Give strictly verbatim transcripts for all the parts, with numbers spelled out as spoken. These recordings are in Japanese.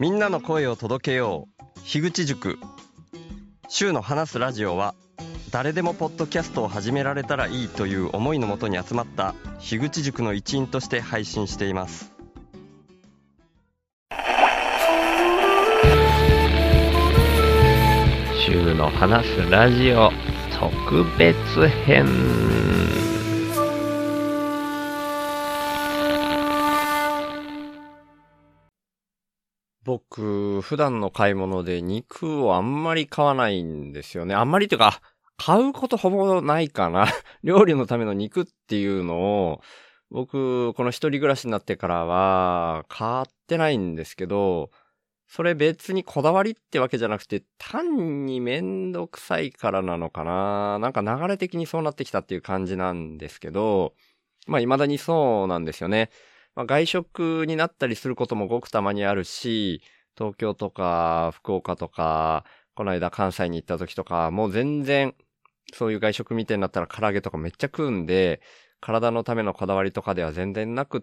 みんなの声を届けよう。樋口塾。週の話すラジオは誰でもポッドキャストを始められたらいいという思いのもとに集まった樋口塾の一員として配信しています。 週の話すラジオ特別編。僕、普段の買い物で肉をあんまり買わないんですよね。あんまりというか、買うことほぼないかな。料理のための肉っていうのを、僕、この一人暮らしになってからは、買ってないんですけど、それ別にこだわりってわけじゃなくて、単にめんどくさいからなのかな。なんか流れ的にそうなってきたっていう感じなんですけど、まあ未だにそうなんですよね。まあ、外食になったりすることもごくたまにあるし、東京とか福岡とか、この間関西に行った時とか、もう全然そういう外食みたいになったら唐揚げとかめっちゃ食うんで、体のためのこだわりとかでは全然なくって、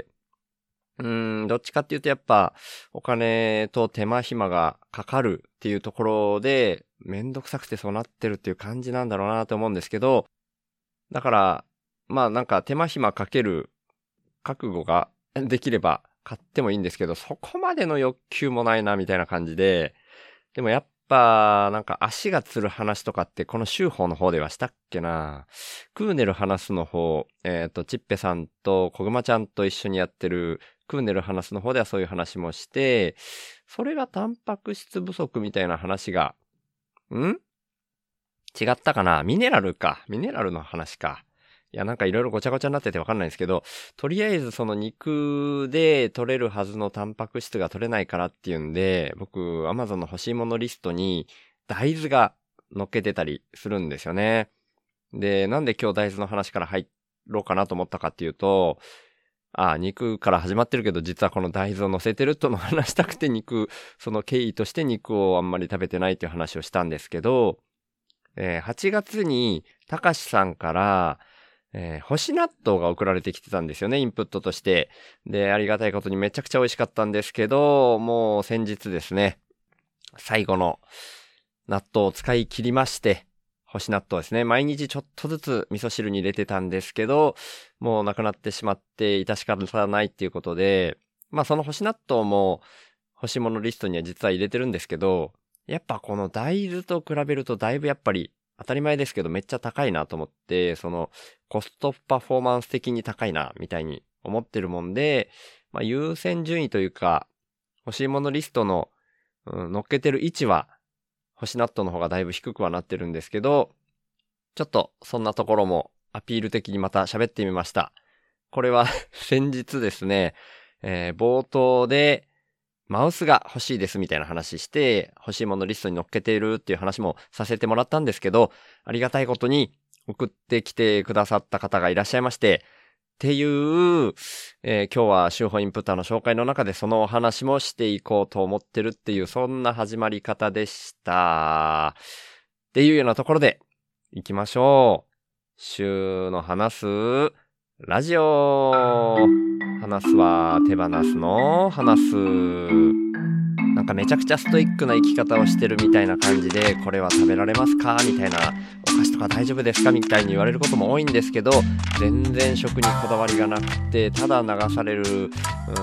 うーん、どっちかっていうとやっぱお金と手間暇がかかるっていうところで、めんどくさくてそうなってるっていう感じなんだろうなと思うんですけど、だから、まあなんか手間暇かける覚悟ができれば買ってもいいんですけど、そこまでの欲求もないなみたいな感じで、でもやっぱなんか足がつる話とかってこの週報の方ではしたっけな。クーネル話すの方、えっと、チッペさんと小熊ちゃんと一緒にやってるクーネル話すの方ではそういう話もして、それがタンパク質不足みたいな話が、ん?違ったかな?ミネラルか。ミネラルの話か。いや、なんかいろいろごちゃごちゃになっててわかんないんですけど、とりあえずその肉で取れるはずのタンパク質が取れないからっていうんで、僕、アマゾンの欲しいものリストに大豆が載っけてたりするんですよね。で、なんで今日大豆の話から入ろうかなと思ったかっていうと、ああ、肉から始まってるけど、実はこの大豆を乗せてるとの話したくて肉、その経緯として肉をあんまり食べてないっていう話をしたんですけど、えー、はちがつにたかしさんから、えー、干し納豆が送られてきてたんですよね、インプットとして。で、ありがたいことにめちゃくちゃ美味しかったんですけど、もう先日ですね、最後の納豆を使い切りまして、干し納豆ですね。毎日ちょっとずつ味噌汁に入れてたんですけど、もうなくなってしまって致し方ないっていうことで、まあその干し納豆も欲しいものリストには実は入れてるんですけど、やっぱこの大豆と比べるとだいぶやっぱり当たり前ですけどめっちゃ高いなと思って、そのコストパフォーマンス的に高いなみたいに思ってるもんで、まあ優先順位というか欲しいものリストの、うん、乗っけてる位置は干し納豆の方がだいぶ低くはなってるんですけど、ちょっとそんなところもアピール的にまた喋ってみました。これは先日ですね、えー、冒頭でマウスが欲しいですみたいな話して、欲しいものリストに載っけているっていう話もさせてもらったんですけど、ありがたいことに送ってきてくださった方がいらっしゃいまして、っていう、えー、今日は週報インプッターの紹介の中でそのお話もしていこうと思ってるっていう、そんな始まり方でした。っていうようなところで行きましょう。週の話すラジオ。話すは手放すの話す。なんかめちゃくちゃストイックな生き方をしてるみたいな感じで、これは食べられますかみたいな、お菓子とか大丈夫ですかみたいに言われることも多いんですけど、全然食にこだわりがなくて、ただ流される、うん、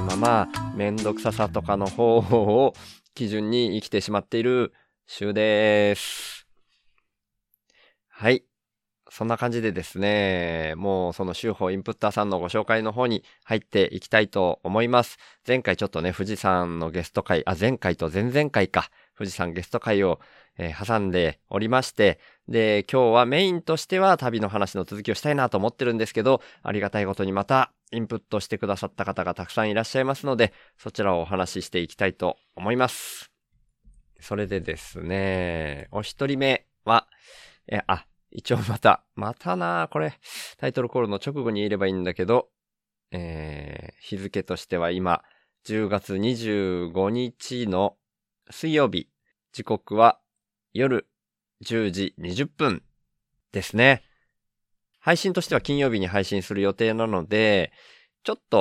ままめんどくささとかの方を基準に生きてしまっている週です。はい。そんな感じでですね、もうその週報インプッターさんのご紹介の方に入っていきたいと思います。前回ちょっとね、富士山のゲスト会、あ、前回と前々回か、富士山ゲスト会を、えー、挟んでおりまして、で、今日はメインとしては旅の話の続きをしたいなと思ってるんですけど、ありがたいことにまたインプットしてくださった方がたくさんいらっしゃいますので、そちらをお話ししていきたいと思います。それでですね、お一人目は、え、あ、一応また、またなこれ、タイトルコールの直後に言えればいいんだけど、えー、日付としては今、じゅうがつにじゅうごにちの水曜日、時刻は夜じゅうじにじゅっぷんですね。配信としては金曜日に配信する予定なので、ちょっと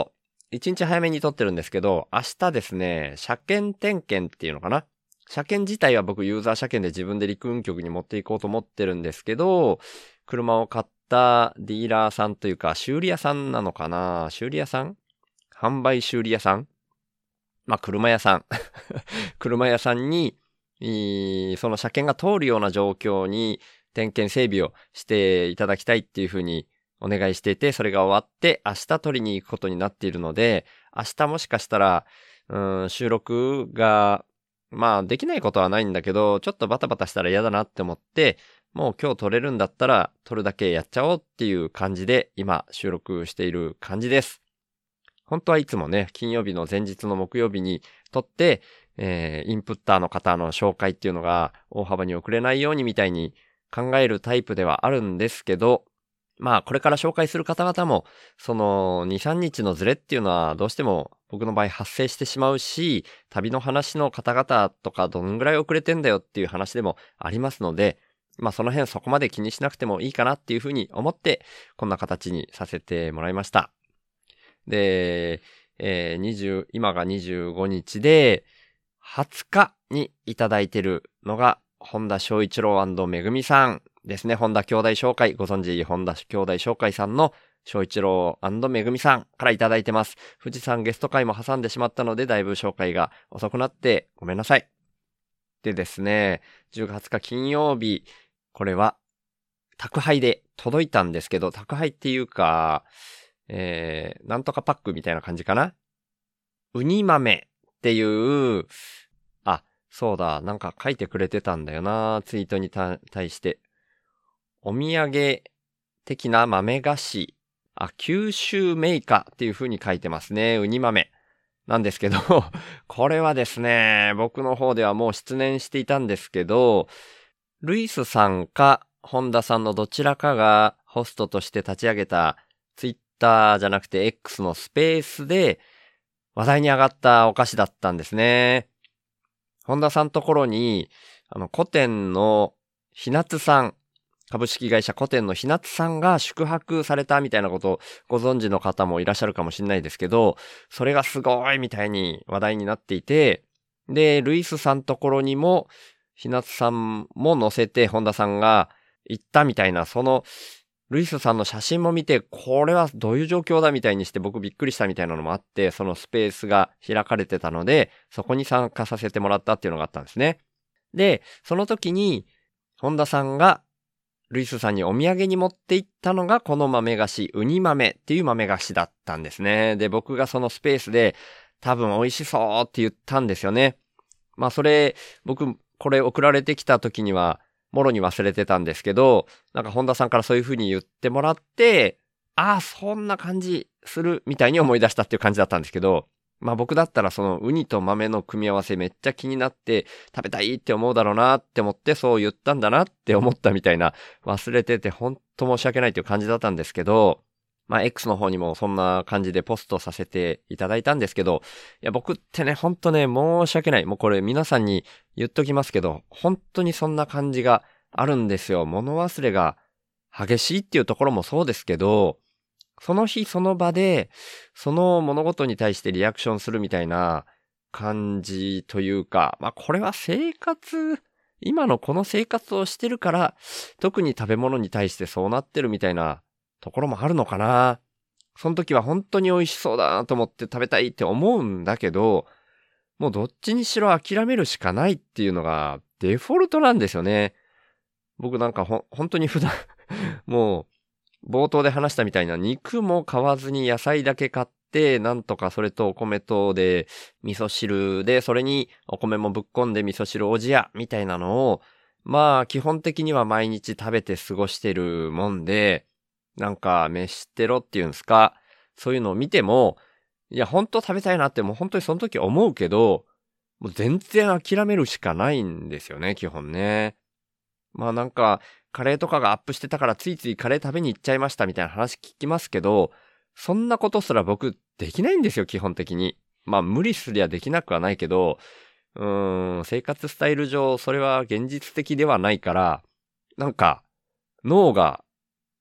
一日早めに撮ってるんですけど、明日ですね、車検点検っていうのかな。車検自体は僕ユーザー車検で自分で陸運局に持っていこうと思ってるんですけど、車を買ったディーラーさんというか修理屋さんなのかな。修理屋さん？販売修理屋さん？まあ、車屋さん。車屋さんに、その車検が通るような状況に点検整備をしていただきたいっていうふうにお願いしていて、それが終わって明日取りに行くことになっているので、明日もしかしたら、うん、収録が、まあできないことはないんだけど、ちょっとバタバタしたら嫌だなって思って、もう今日撮れるんだったら撮るだけやっちゃおうっていう感じで今収録している感じです。本当はいつもね、金曜日の前日の木曜日に撮って、えー、インプッターの方の紹介っていうのが大幅に遅れないようにみたいに考えるタイプではあるんですけど、まあこれから紹介する方々も、そのに、さんにちのズレっていうのはどうしても僕の場合発生してしまうし、旅の話の方々とかどんぐらい遅れてんだよっていう話でもありますので、まあその辺そこまで気にしなくてもいいかなっていうふうに思って、こんな形にさせてもらいました。で、えー、にじゅう、今がにじゅうごにちで、はつかにいただいてるのが、本田翔一郎&めぐみさんですね。本田兄弟紹介、ご存知本田兄弟紹介さんの翔一郎&めぐみさんからいただいてます。富士山ゲスト会も挟んでしまったので、だいぶ紹介が遅くなってごめんなさい。でですね、じゅうがつはつか金曜日、これは宅配で届いたんですけど、宅配っていうか、えー、なんとかパックみたいな感じかな。ウニ豆っていう、あ、そうだ、なんか書いてくれてたんだよな、ツイートに対して。お土産的な豆菓子、あ、九州メーカーっていう風に書いてますね。ウニ豆。なんですけど、これはですね、僕の方ではもう失念していたんですけど、ルイスさんか本田さんのどちらかがホストとして立ち上げたツイッターじゃなくて X のスペースで話題に上がったお菓子だったんですね。本田さんところに、あの、古典のひなつさん、株式会社古典のひなつさんが宿泊されたみたいなことをご存知の方もいらっしゃるかもしれないですけど、それがすごいみたいに話題になっていて、で、ルイスさんところにも、ひなつさんも載せて本田さんが行ったみたいな、その、ルイスさんの写真も見て、これはどういう状況だみたいにして僕びっくりしたみたいなのもあって、そのスペースが開かれてたので、そこに参加させてもらったっていうのがあったんですね。で、その時に、本田さんが、ルイスさんにお土産に持って行ったのがこの豆菓子、ウニ豆っていう豆菓子だったんですね。で、僕がそのスペースで、多分美味しそうって言ったんですよね。まあそれ、僕、これ送られてきた時には、もろに忘れてたんですけど、なんか本田さんからそういう風に言ってもらって、ああ、そんな感じするみたいに思い出したっていう感じだったんですけど、まあ僕だったらそのウニと豆の組み合わせめっちゃ気になって食べたいって思うだろうなって思ってそう言ったんだなって思ったみたいな、忘れてて本当申し訳ないっていう感じだったんですけど、まあ X の方にもそんな感じでポストさせていただいたんですけど、いや僕ってね、ほんとね、申し訳ない。もうこれ皆さんに言っときますけど、本当にそんな感じがあるんですよ。物忘れが激しいっていうところもそうですけど、その日その場で、その物事に対してリアクションするみたいな感じというか、まあこれは生活、今のこの生活をしてるから、特に食べ物に対してそうなってるみたいなところもあるのかな。その時は本当に美味しそうだなと思って食べたいって思うんだけど、もうどっちにしろ諦めるしかないっていうのがデフォルトなんですよね。僕なんかほ、本当に普段、もう冒頭で話したみたいな肉も買わずに野菜だけ買って、なんとかそれとお米とで味噌汁で、それにお米もぶっこんで味噌汁おじやみたいなのを、まあ基本的には毎日食べて過ごしてるもんで、なんか飯テロっていうんですか、そういうのを見ても、いや本当食べたいなってもう本当にその時思うけど、もう全然諦めるしかないんですよね、基本ね。まあなんか、カレーとかがアップしてたからついついカレー食べに行っちゃいましたみたいな話聞きますけど、そんなことすら僕できないんですよ、基本的に。まあ無理すりゃできなくはないけど、うーん、生活スタイル上それは現実的ではないから、なんか脳が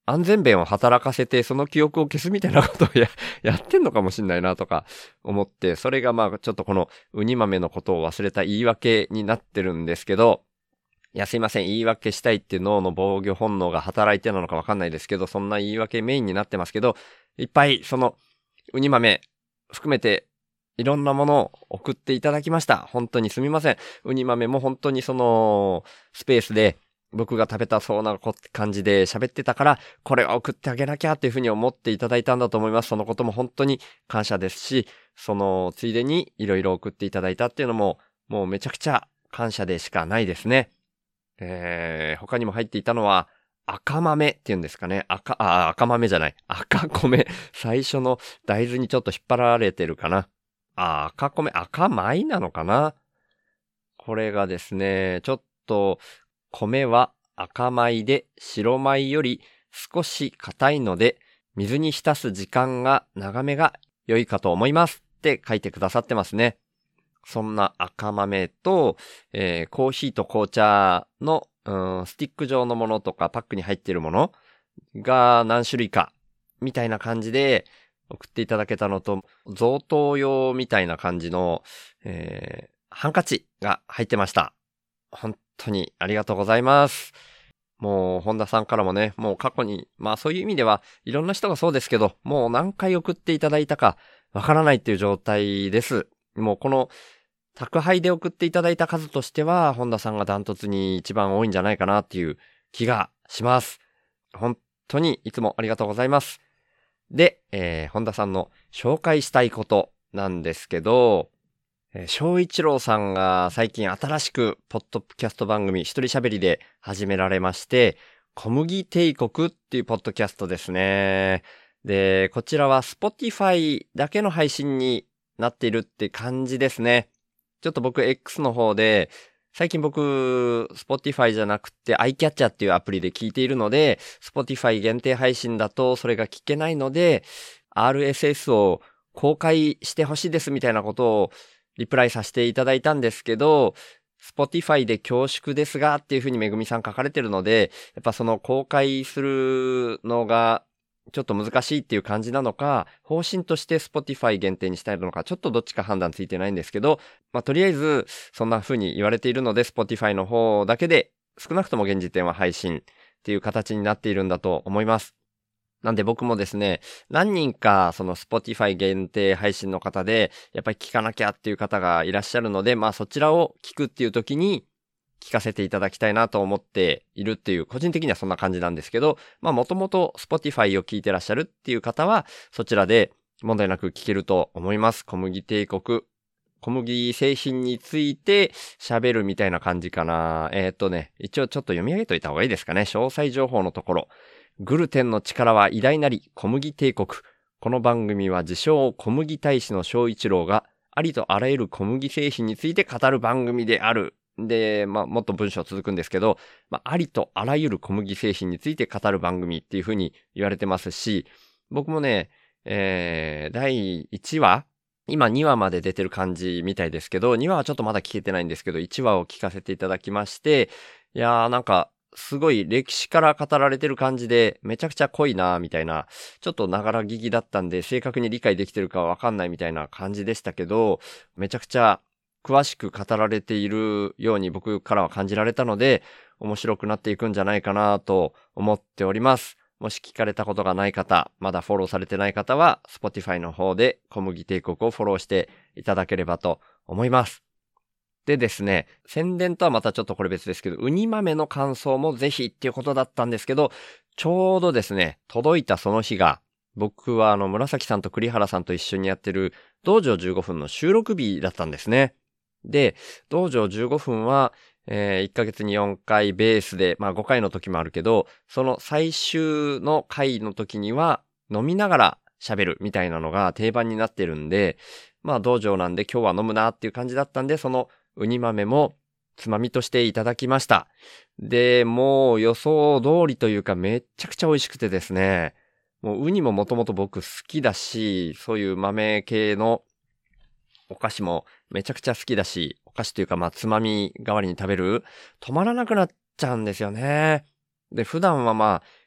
安全弁を働かせてその記憶を消すみたいなことをや、やってんのかもしんないなとか思って、それがまあちょっとこのウニ豆のことを忘れた言い訳になってるんですけど、いやすいません、言い訳したいっていう脳の防御本能が働いてなのかわかんないですけど、そんな言い訳メインになってますけど、いっぱいそのウニ豆含めていろんなものを送っていただきました。本当にすみません。ウニ豆も本当にそのスペースで僕が食べたそうな感じで喋ってたから、これは送ってあげなきゃっていうふうに思っていただいたんだと思います。そのことも本当に感謝ですし、そのついでにいろいろ送っていただいたっていうのも、もうめちゃくちゃ感謝でしかないですね。えー、他にも入っていたのは、赤豆っていうんですかね。赤、あ、赤豆じゃない。赤米。最初の大豆にちょっと引っ張られてるかな。あ、赤米、赤米なのかな。これがですね、ちょっと、米は赤米で白米より少し硬いので、水に浸す時間が長めが良いかと思いますって書いてくださってますね。そんな赤豆と、えー、コーヒーと紅茶の、うん、スティック状のものとかパックに入っているものが何種類かみたいな感じで送っていただけたのと、贈答用みたいな感じの、えー、ハンカチが入ってました。本当にありがとうございます。もう本田さんからもね、もう過去に、まあそういう意味ではいろんな人がそうですけど、もう何回送っていただいたかわからないっていう状態です。もうこの宅配で送っていただいた数としては、本田さんがダントツに一番多いんじゃないかなっていう気がします。本当にいつもありがとうございます。で、えー、本田さんの紹介したいことなんですけど、えー、翔一郎さんが最近新しくポッドキャスト番組一人喋りで始められまして、小麦帝国っていうポッドキャストですね。で、こちらは Spotify だけの配信になっているって感じですね。ちょっと僕 X の方で、最近僕 Spotify じゃなくて iCatcher っていうアプリで聞いているので、Spotify 限定配信だとそれが聞けないので、アールエスエス を公開してほしいですみたいなことをリプライさせていただいたんですけど、Spotify で恐縮ですがっていうふうにめぐみさん書かれてるので、やっぱその公開するのがちょっと難しいっていう感じなのか、方針として Spotify 限定にしたいのか、ちょっとどっちか判断ついてないんですけど、まあとりあえずそんな風に言われているので Spotify の方だけで少なくとも現時点は配信っていう形になっているんだと思います。なんで僕もですね、何人かその Spotify 限定配信の方で、やっぱり聞かなきゃっていう方がいらっしゃるので、まあそちらを聞くっていう時に聞かせていただきたいなと思っているっていう、個人的にはそんな感じなんですけど、まあもともと Spotify を聞いてらっしゃるっていう方は、そちらで問題なく聞けると思います。小麦帝国。小麦製品について喋るみたいな感じかな。えー、っとね、一応ちょっと読み上げといた方がいいですかね。詳細情報のところ。グルテンの力は偉大なり小麦帝国。この番組は自称小麦大使の翔一郎がありとあらゆる小麦製品について語る番組である。で、まあ、もっと文章続くんですけど、まあ、ありとあらゆる小麦製品について語る番組っていう風に言われてますし、僕もね、えー、だいいちわ今にわまで出てる感じみたいですけど、にわはちょっとまだ聞けてないんですけど、いちわを聞かせていただきまして、いやーなんか、すごい歴史から語られてる感じで、めちゃくちゃ濃いなーみたいな、ちょっとながら聞きだったんで、正確に理解できてるかわかんないみたいな感じでしたけど、めちゃくちゃ詳しく語られているように僕からは感じられたので、面白くなっていくんじゃないかなと思っております。もし聞かれたことがない方、まだフォローされてない方は、Spotify の方で小麦帝国をフォローしていただければと思います。でですね、宣伝とはまたちょっとこれ別ですけど、ウニ豆の感想もぜひっていうことだったんですけど、ちょうどですね、届いたその日が、僕はあの紫さんと栗原さんと一緒にやってる道場じゅうごふんの収録日だったんですね。で、道場じゅうごふんは、えー、いっかげつによんかいベースで、まあごかいの時もあるけど、その最終の回の時には飲みながら喋るみたいなのが定番になってるんで、まあ道場なんで今日は飲むなっていう感じだったんで、そのウニ豆もつまみとしていただきました。で、もう予想通りというかめっちゃくちゃ美味しくてですね、もうウニももともと僕好きだし、そういう豆系のお菓子もめちゃくちゃ好きだし、お菓子というかまあつまみ代わりに食べる、止まらなくなっちゃうんですよね。で、普段はまあ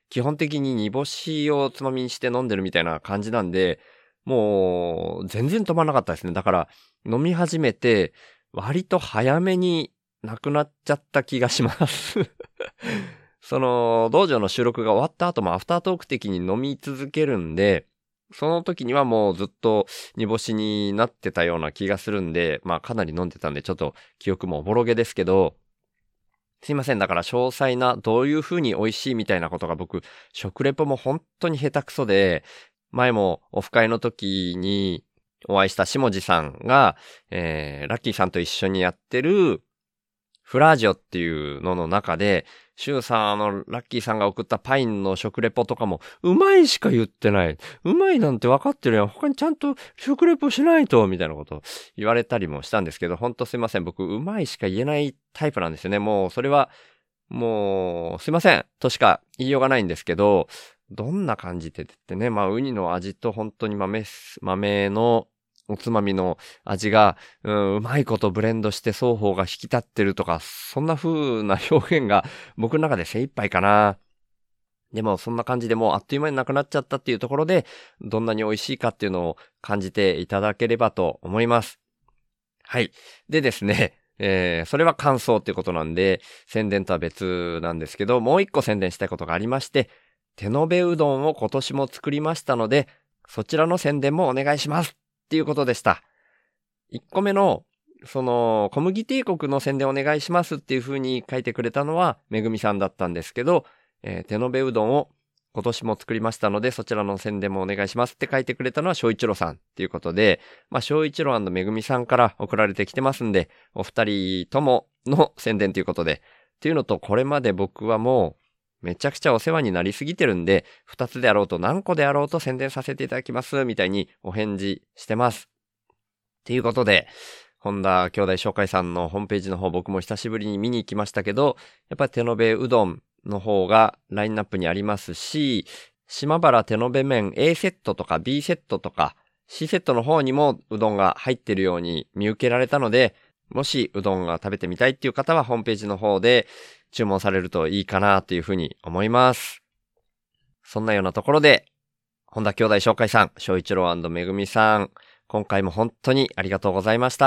基本的に煮干しをつまみにして飲んでるみたいな感じなんで、もう全然止まらなかったですね。だから飲み始めて割と早めになくなっちゃった気がしますその道場の収録が終わった後もアフタートーク的に飲み続けるんで、その時にはもうずっと煮干しになってたような気がするんで、まあかなり飲んでたんでちょっと記憶もおぼろげですけど、すいません。だから詳細などういう風に美味しいみたいなことが僕、食レポも本当に下手くそで、前もオフ会の時にお会いした下地さんが、えー、ラッキーさんと一緒にやってるフラージョっていうのの中で、シュウさん、あの、ラッキーさんが送ったパインの食レポとかも、うまいしか言ってない。うまいなんて分かってるやん。他にちゃんと食レポしないと、みたいなこと言われたりもしたんですけど、ほんとすいません。僕、うまいしか言えないタイプなんですよね。もう、それは、もう、すいません。としか言いようがないんですけど、どんな感じでってね、まあ、ウニの味と本当に豆、豆の、おつまみの味が、うん、うまいことブレンドして双方が引き立ってるとか、そんな風な表現が僕の中で精一杯かな。でもそんな感じでもうあっという間になくなっちゃったっていうところで、どんなに美味しいかっていうのを感じていただければと思います。はい。でですね、えー、それは感想っていうことなんで、宣伝とは別なんですけど、もう一個宣伝したいことがありまして、手延べうどんを今年も作りましたので、そちらの宣伝もお願いします。っていうことでした。いっこめの、その、小麦帝国の宣伝お願いしますっていう風に書いてくれたのは、めぐみさんだったんですけど、えー、手延べうどんを今年も作りましたので、そちらの宣伝もお願いしますって書いてくれたのは、翔一郎さんっていうことで、まあ、翔一郎&めぐみさんから送られてきてますんで、お二人ともの宣伝ということで、っていうのと、これまで僕はもう、めちゃくちゃお世話になりすぎてるんで、二つであろうと何個であろうと宣伝させていただきます、みたいにお返事してます。っていうことで、本田兄弟紹介さんのホームページの方僕も久しぶりに見に行きましたけど、やっぱり手延べうどんの方がラインナップにありますし、島原手延べ麺 A セットとか B セットとか C セットの方にもうどんが入ってるように見受けられたので、もしうどんが食べてみたいっていう方はホームページの方で注文されるといいかなというふうに思います。そんなようなところで、本田兄弟紹介さん、翔一郎&めぐみさん、今回も本当にありがとうございました。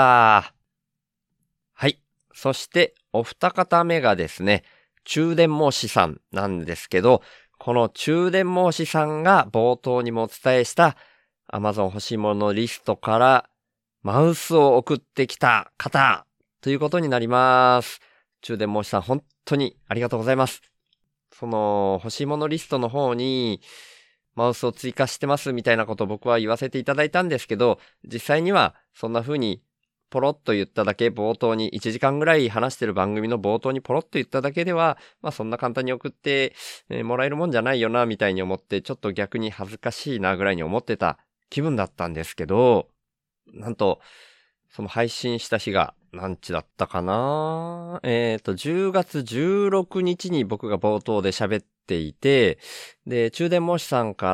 はい。そして、お二方目がですね、中電申しさんなんですけど、この中電申しさんが冒頭にもお伝えした Amazon 欲しいものリストからマウスを送ってきた方ということになります。中電申しさん本当にありがとうございます。その欲しいものリストの方にマウスを追加してますみたいなことを僕は言わせていただいたんですけど、実際にはそんな風にポロッと言っただけ、冒頭にいちじかんぐらい話してる番組の冒頭にポロッと言っただけでは、まあそんな簡単に送って、えー、もらえるもんじゃないよなみたいに思って、ちょっと逆に恥ずかしいなぐらいに思ってた気分だったんですけど、なんとその配信した日が何日だったかなえっと、じゅうがつじゅうろくにちに僕が冒頭で喋っていて、で、中電申しさんから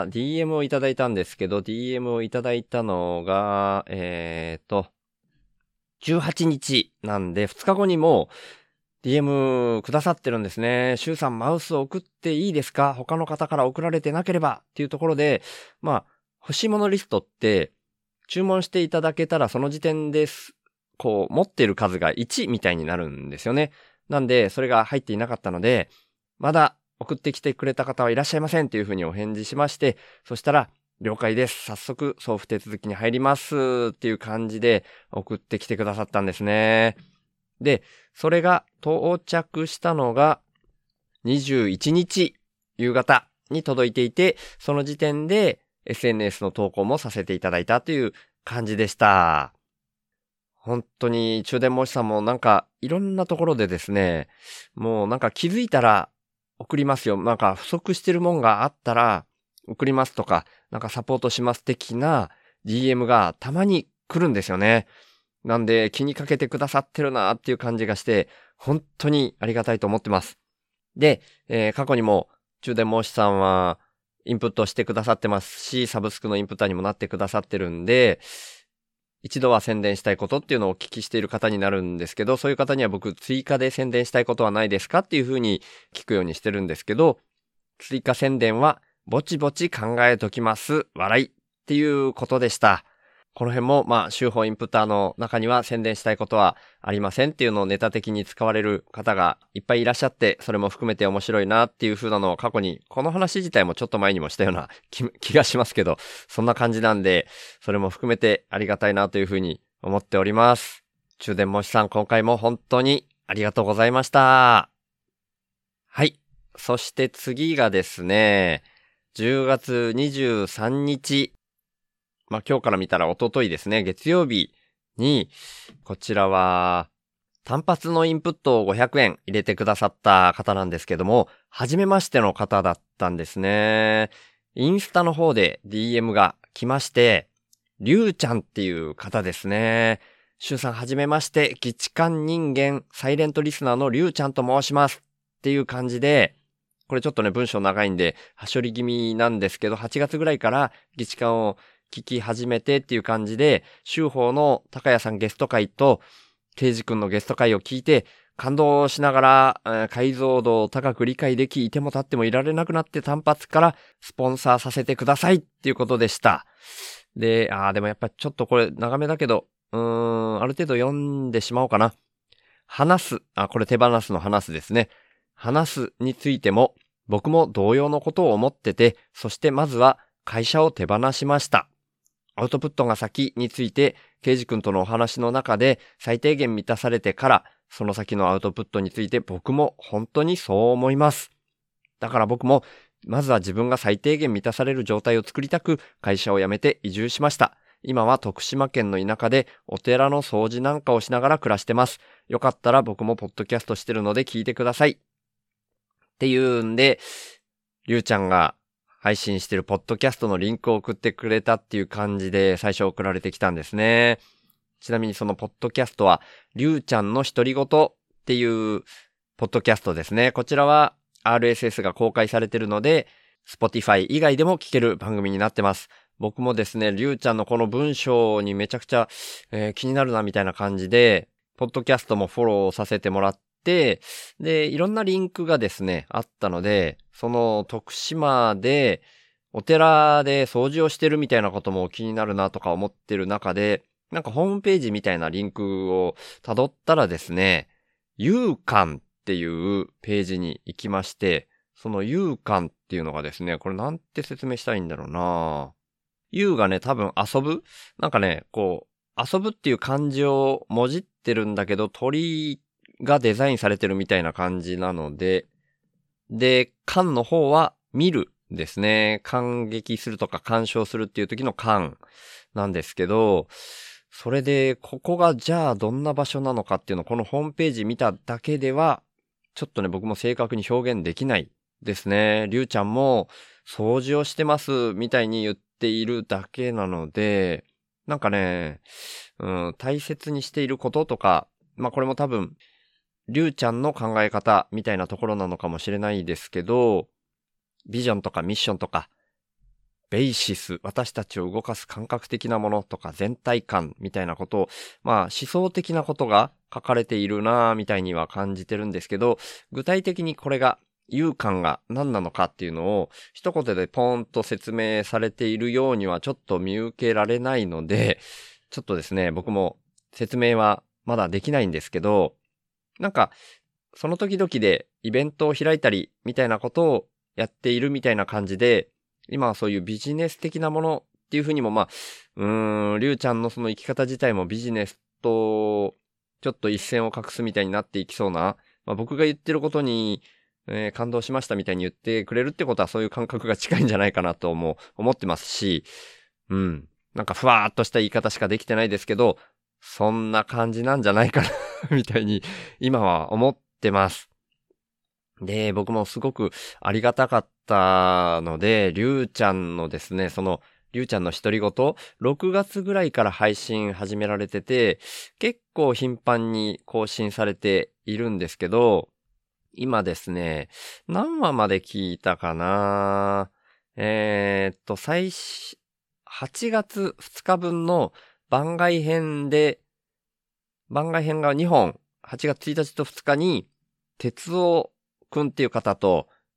ディーエム をいただいたんですけど、ディーエム をいただいたのが、えっと、じゅうはちにちなんで、ふつかごにも ディーエム くださってるんですね。シュウさんマウスを送っていいですか？他の方から送られてなければっていうところで、まあ、欲しいものリストって、注文していただけたらその時点です。こう、持っている数がいちみたいになるんですよね。なんで、それが入っていなかったので、まだ送ってきてくれた方はいらっしゃいませんっていうふうにお返事しまして、そしたら、了解です。早速、送付手続きに入りますっていう感じで送ってきてくださったんですね。で、それが到着したのがにじゅういちにち夕方に届いていて、その時点でエスエヌエス の投稿もさせていただいたという感じでした。本当に中電申しさんもなんかいろんなところでですね、もうなんか気づいたら送りますよ。なんか不足してるもんがあったら送りますとか、なんかサポートします的な ディーエム がたまに来るんですよね。なんで気にかけてくださってるなっていう感じがして、本当にありがたいと思ってます。で、えー、過去にも中電申しさんはインプットしてくださってますし、サブスクのインプッターにもなってくださってるんで、一度は宣伝したいことっていうのをお聞きしている方になるんですけど、そういう方には僕追加で宣伝したいことはないですかっていうふうに聞くようにしてるんですけど、 追加宣伝はぼちぼち考えときます。笑いっていうことでした。この辺も、まあ、週報インプッターの中には宣伝したいことはありませんっていうのをネタ的に使われる方がいっぱいいらっしゃって、それも含めて面白いなっていう風なのを過去に、この話自体もちょっと前にもしたような 気, 気がしますけど、そんな感じなんで、それも含めてありがたいなという風に思っております。中電もしさん、今回も本当にありがとうございました。はい。そして次がですね、じゅうがつにじゅうさんにち、まあ、今日から見たら一昨日ですね、月曜日に、こちらは、単発のインプットをごひゃくえん入れてくださった方なんですけども、初めましての方だったんですね。インスタの方で ディーエム が来まして、りゅうちゃんっていう方ですね。しゅうさんはじめまして、ギチカン人間サイレントリスナーのりゅうちゃんと申しますっていう感じで、これちょっとね文章長いんで、はしょり気味なんですけど、はちがつぐらいからギチカンを聞き始めてっていう感じで、週報の高谷さんゲスト会と、ケイジ君のゲスト会を聞いて、感動しながら、えー、解像度を高く理解でき、いても立ってもいられなくなって単発からスポンサーさせてくださいっていうことでした。で、あーでもやっぱちょっとこれ長めだけど、うーん、ある程度読んでしまおうかな。話す、あ、これ手放すの話すですね。話すについても、僕も同様のことを思ってて、そしてまずは会社を手放しました。アウトプットが先について、ケイジ君とのお話の中で最低限満たされてから、その先のアウトプットについて僕も本当にそう思います。だから僕も、まずは自分が最低限満たされる状態を作りたく、会社を辞めて移住しました。今は徳島県の田舎でお寺の掃除なんかをしながら暮らしてます。よかったら僕もポッドキャストしてるので聞いてください。っていうんで、りゅうちゃんが配信してるポッドキャストのリンクを送ってくれたっていう感じで最初送られてきたんですね。ちなみにそのポッドキャストは、りゅうちゃんの独り言っていうポッドキャストですね。こちらは アールエスエス が公開されてるので、Spotify 以外でも聞ける番組になってます。僕もですね、りゅうちゃんのこの文章にめちゃくちゃ、えー、気になるなみたいな感じで、ポッドキャストもフォローさせてもらって、で、いろんなリンクがですね、あったので、その徳島でお寺で掃除をしてるみたいなことも気になるなとか思ってる中で、なんかホームページみたいなリンクを辿ったらですね、勇敢っていうページに行きまして、その勇敢っていうのがですね、これなんて説明したらいいんだろうな。勇がね、多分遊ぶなんかね、こう、遊ぶっていう漢字をもじってるんだけど、鳥がデザインされてるみたいな感じなので、で、感の方は見るですね。感激するとか鑑賞するっていう時の感なんですけど、それで、ここがじゃあどんな場所なのかっていうのをこのホームページ見ただけでは、ちょっとね、僕も正確に表現できないですね。りゅうちゃんも掃除をしてますみたいに言っているだけなので、なんかね、うん、大切にしていることとか、まあこれも多分、りゅうちゃんの考え方みたいなところなのかもしれないですけど、ビジョンとかミッションとか、ベーシス、私たちを動かす感覚的なものとか全体感みたいなことを、まあ思想的なことが書かれているなぁみたいには感じてるんですけど、具体的にこれが、勇敢が何なのかっていうのを一言でポーンと説明されているようにはちょっと見受けられないので、ちょっとですね、僕も説明はまだできないんですけど、なんか、その時々でイベントを開いたりみたいなことをやっているみたいな感じで、今はそういうビジネス的なものっていうふうにもまあ、うーん、りゅうちゃんのその生き方自体もビジネスとちょっと一線を画すみたいになっていきそうな、まあ僕が言ってることに、えー、感動しましたみたいに言ってくれるってことはそういう感覚が近いんじゃないかなとも思ってますし、うん。なんかふわーっとした言い方しかできてないですけど、そんな感じなんじゃないかなみたいに今は思ってます。で、僕もすごくありがたかったので、りゅうちゃんのですね、その、りゅうちゃんの独り言、ろくがつぐらいから配信始められてて、結構頻繁に更新されているんですけど、今ですね、何話まで聞いたかなえー、っと、最初、はちがつふつかぶんの番外編で、番外編がにほん、はちがつついたちとふつかに、鉄夫くんっていう方と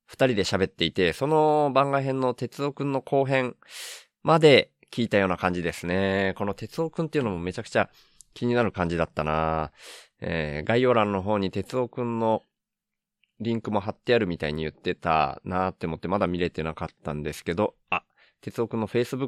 二人で喋っていて、その番外編の哲夫くんの後編まで聞いたような感じですね。この哲夫くんっていうのもめちゃくちゃ気になる感じだったな。えー、概要欄の方に哲夫くんのリンクも貼ってあるみたいに言ってたなーって思ってまだ見れてなかったんですけど、あ、哲夫くんの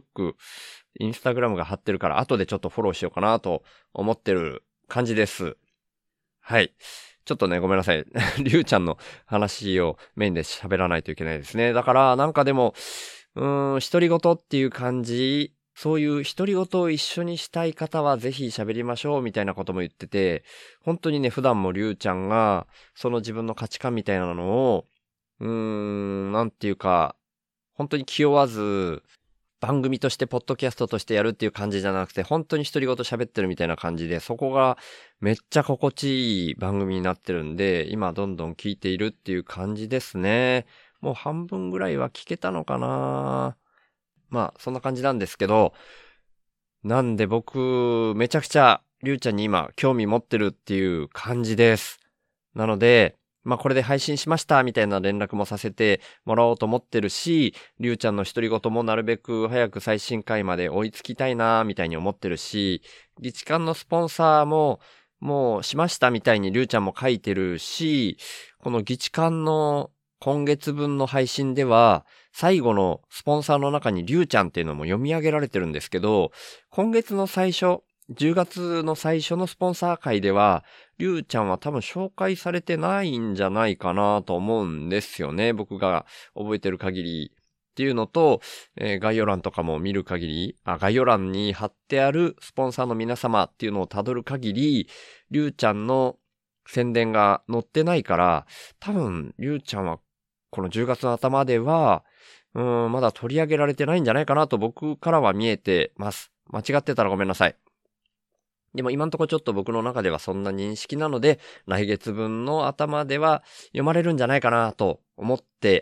Facebook、Instagram が貼ってるから後でちょっとフォローしようかなと思ってる感じです。はい。ちょっとね、ごめんなさい。りゅうちゃんの話をメインで喋らないといけないですね。だからなんかでも、うーん、独り言っていう感じ、そういう独り言を一緒にしたい方はぜひ喋りましょうみたいなことも言ってて、本当にね、普段もりゅうちゃんが、その自分の価値観みたいなのを、うーん、なんていうか、本当に気負わず、番組としてポッドキャストとしてやるっていう感じじゃなくて、本当に独り言喋ってるみたいな感じで、そこがめっちゃ心地いい番組になってるんで、今どんどん聞いているっていう感じですね。もう半分ぐらいは聞けたのかな。まあ、そんな感じなんですけど、なんで僕、めちゃくちゃ、りゅうちゃんに今、興味持ってるっていう感じです。なので、まあこれで配信しましたみたいな連絡もさせてもらおうと思ってるし、りゅうちゃんの独り言もなるべく早く最新回まで追いつきたいなみたいに思ってるし、議事館のスポンサーももうしましたみたいにりゅうちゃんも書いてるし、この議事館の今月分の配信では、最後のスポンサーの中にりゅうちゃんっていうのも読み上げられてるんですけど、今月の最初、じゅうがつの最初のスポンサー会では、りゅうちゃんは多分紹介されてないんじゃないかなと思うんですよね。僕が覚えてる限りっていうのと、えー、概要欄とかも見る限り、あ、概要欄に貼ってあるスポンサーの皆様っていうのを辿る限り、りゅうちゃんの宣伝が載ってないから、多分りゅうちゃんはこのじゅうがつの頭では、うーん、まだ取り上げられてないんじゃないかなと僕からは見えてます。間違ってたらごめんなさい。でも今んとこちょっと僕の中ではそんな認識なので、来月分の頭では読まれるんじゃないかなと思って、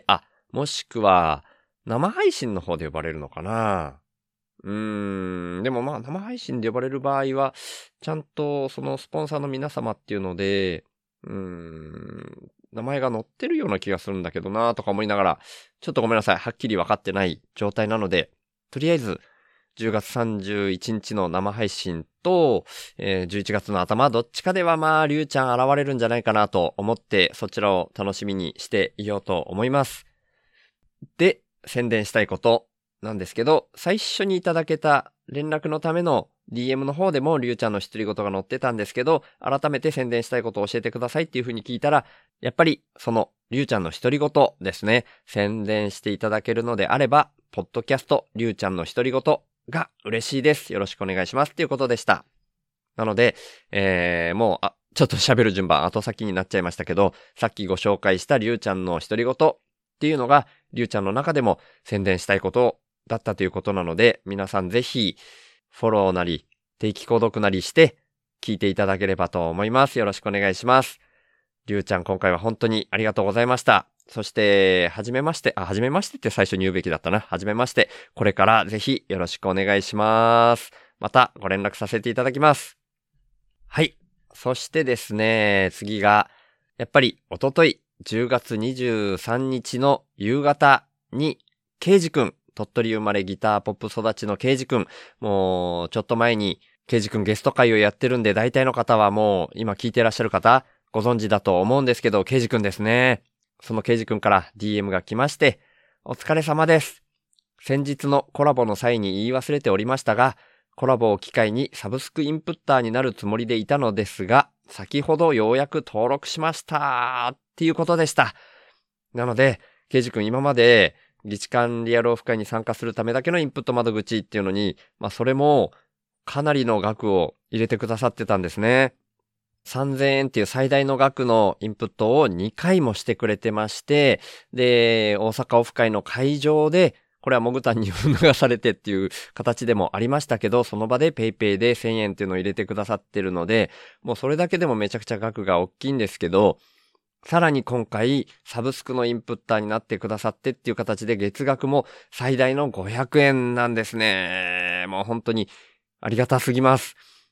あ、もしくは生配信の方で呼ばれるのかな。うーん、でもまあ生配信で呼ばれる場合は、ちゃんとそのスポンサーの皆様っていうので、うーん、名前が載ってるような気がするんだけどなとか思いながら、ちょっとごめんなさい。はっきり分かってない状態なので、とりあえず、じゅうがつさんじゅういちにちの生配信と、えー、じゅういちがつの頭、どっちかではまあ、りゅうちゃん現れるんじゃないかなと思って、そちらを楽しみにしていようと思います。で、宣伝したいことなんですけど、最初にいただけた連絡のための ディーエム の方でもりゅうちゃんの独り言が載ってたんですけど、改めて宣伝したいことを教えてくださいっていう風に聞いたら、やっぱりそのりゅうちゃんの独り言ですね、宣伝していただけるのであれば、ポッドキャストりゅうちゃんの独り言が嬉しいです。よろしくお願いしますっていうことでした。なので、えー、もう、あ、ちょっと喋る順番後先になっちゃいましたけど、さっきご紹介したりゅうちゃんの独り言っていうのが、りゅうちゃんの中でも宣伝したいことだったということなので、皆さんぜひ、フォローなり、定期購読なりして、聞いていただければと思います。よろしくお願いします。りゅうちゃん今回は本当にありがとうございました。そして、はじめまして、あ、はじめましてって最初に言うべきだったな。はじめまして。これからぜひよろしくお願いします。またご連絡させていただきます。はい。そしてですね、次が、やっぱりおととい、じゅうがつにじゅうさんにちの夕方に、ケイジくん、鳥取生まれギターポップ育ちのケイジくん、もうちょっと前にケイジくんゲスト会をやってるんで、大体の方はもう今聞いてらっしゃる方、ご存知だと思うんですけど、ケイジくんですね。そのケイジくんから ディーエム が来まして、お疲れ様です。先日のコラボの際に言い忘れておりましたが、コラボを機会にサブスクインプッターになるつもりでいたのですが、先ほどようやく登録しましたっていうことでした。なので、ケイジくん今まで議事館リアルオフ会に参加するためだけのインプット窓口っていうのに、まあそれもかなりの額を入れてくださってたんですね。さんぜんえんっていう最大の額のインプットをにかいもしてくれてまして、で、大阪オフ会の会場で、これはモグタンに促されてっていう形でもありましたけど、その場でペイペイでせんえんっていうのを入れてくださってるので、もうそれだけでもめちゃくちゃ額が大きいんですけど、さらに今回サブスクのインプッターになってくださってっていう形で月額も最大のごひゃくえんなんですね。もう本当にありがたすぎます。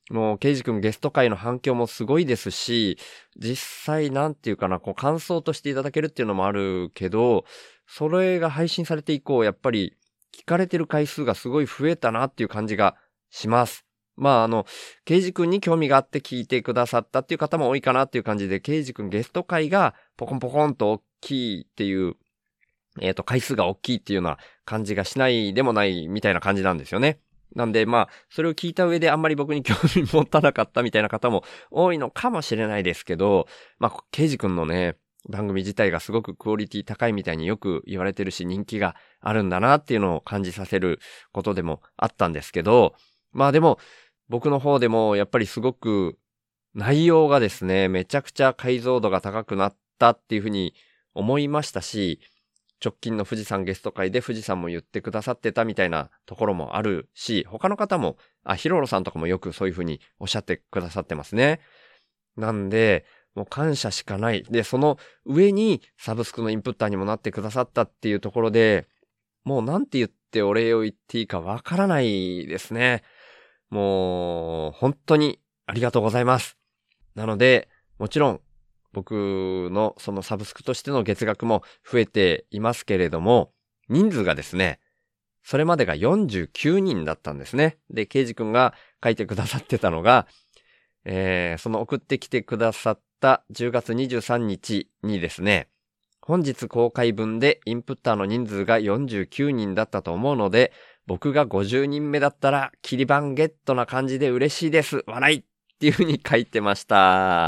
もう、ケイジ君ゲスト会の反響もすごいですし、実際なんていうかな、こう感想としていただけるっていうのもあるけど、それが配信されて以降、やっぱり聞かれてる回数がすごい増えたなっていう感じがします。まあ、あの、ケイジ君に興味があって聞いてくださったっていう方も多いかなっていう感じで、ケイジ君ゲスト会がポコンポコンと大きいっていう、えっと、回数が大きいっていうような感じがしないでもないみたいな感じなんですよね。なんで、まあ、それを聞いた上であんまり僕に興味持たなかったみたいな方も多いのかもしれないですけど、まあ、ケイジ君のね、番組自体がすごくクオリティ高いみたいによく言われてるし、人気があるんだなっていうのを感じさせることでもあったんですけど、まあでも、僕の方でもやっぱりすごく内容がですね、めちゃくちゃ解像度が高くなったっていうふうに思いましたし、直近の富士山ゲスト会で富士山も言ってくださってたみたいなところもあるし、他の方も、あ、ヒロロさんとかもよくそういうふうにおっしゃってくださってますね。なんで、もう感謝しかない。で、その上にサブスクのインプッターにもなってくださったっていうところで、もうなんて言ってお礼を言っていいかわからないですね。もう、本当にありがとうございます。なので、もちろん、僕のそのサブスクとしての月額も増えていますけれども、人数がですね、それまでがよんじゅうきゅうにんだったんですね。で、ケイジ君が書いてくださってたのが、えー、その送ってきてくださったじゅうがつにじゅうさんにちにですね、本日公開分でインプッターの人数がよんじゅうきゅうにんだったと思うので、僕がごじゅうにんめだったら、キリバンゲットな感じで嬉しいです。笑いっていう風に書いてました。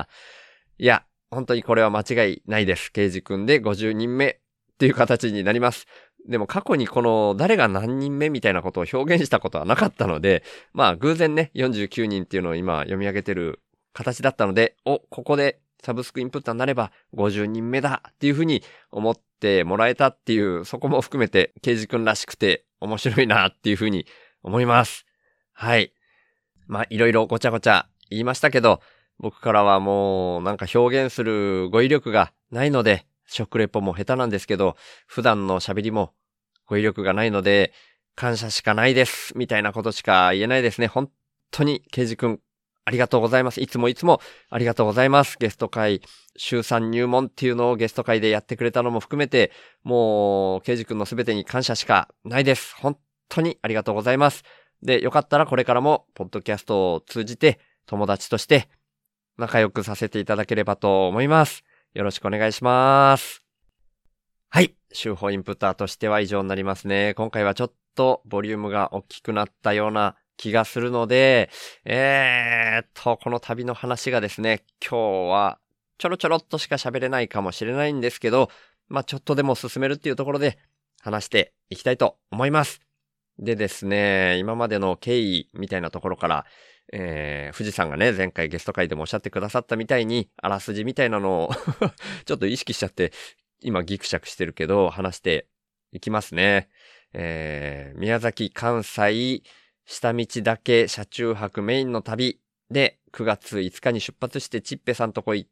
いや、本当にこれは間違いないです。ケイジ君でごじゅうにんめっていう形になります。でも過去にこの誰が何人目みたいなことを表現したことはなかったので、まあ偶然ね、よんじゅうきゅうにんっていうのを今読み上げてる形だったので、お、ここでサブスクインプッターになればごじゅうにんめだっていう風に思ってもらえたっていう、そこも含めてケイジ君らしくて面白いなっていう風に思います。はい。まあいろいろごちゃごちゃ言いましたけど、僕からはもうなんか表現する語彙力がないので、食レポも下手なんですけど、普段の喋りも語彙力がないので、感謝しかないです、みたいなことしか言えないですね。本当に、ケイジ君、ありがとうございます。いつもいつもありがとうございます。ゲスト会、週さん入門っていうのをゲスト会でやってくれたのも含めて、もう、ケイジ君のすべてに感謝しかないです。本当にありがとうございます。で、よかったらこれからも、ポッドキャストを通じて、友達として、仲良くさせていただければと思います。よろしくお願いします。はい。週報インプッターとしては以上になりますね。今回はちょっとボリュームが大きくなったような気がするので、えーっと、この旅の話がですね、今日はちょろちょろっとしか喋れないかもしれないんですけど、まあ、ちょっとでも進めるっていうところで話していきたいと思います。でですね、今までの経緯みたいなところから、えー、富士山がね、前回ゲスト会でもおっしゃってくださったみたいに、あらすじみたいなのをちょっと意識しちゃって、今ギクシャクしてるけど、話していきますね。えー、宮崎、関西、下道だけ車中泊メインの旅で、くがついつかに出発してちっぺさんとこ行って、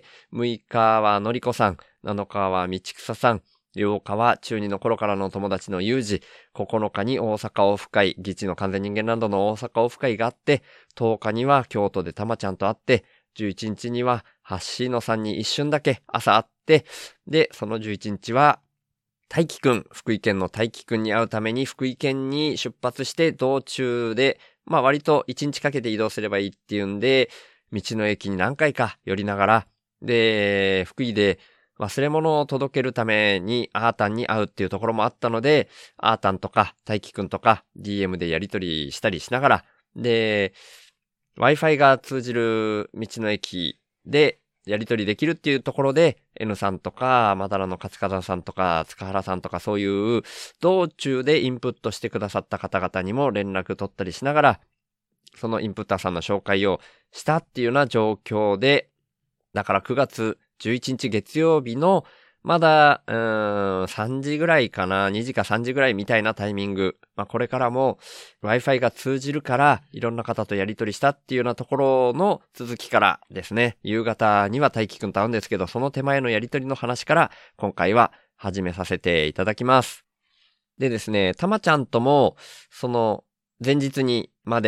むいかはのりこさん、なのかは道草さん、ようかは中にの頃からの友達のゆうじ、ここのかに大阪オフ会、議地の完全人間ランドの大阪オフ会があって、とおかには京都でたまちゃんと会って、じゅういちにちにはハッシーノさんに一瞬だけ朝会って、で、そのじゅういちにちは、大輝くん、福井県の大輝くんに会うために福井県に出発して道中で、まあ割といちにちかけて移動すればいいっていうんで、道の駅に何回か寄りながら、で、福井で忘れ物を届けるためにアータンに会うっていうところもあったので、アータンとか大輝くんとか ディーエム でやり取りしたりしながら、で、Wi-Fi が通じる道の駅でやり取りできるっていうところで、N さんとか、まだらの勝方さんとか、塚原さんとかそういう道中でインプットしてくださった方々にも連絡取ったりしながら、そのインプッターさんの紹介をしたっていうような状況で、だからくがつじゅういちにち月曜日のまだ、うーん、さんじぐらいかな、にじかさんじぐらいみたいなタイミング。まあ、これからも Wi-Fi が通じるから、いろんな方とやり取りしたっていうようなところの続きからですね、夕方には大輝くんと会うんですけど、その手前のやり取りの話から、今回は始めさせていただきます。でですね、たまちゃんとも、その前日にまで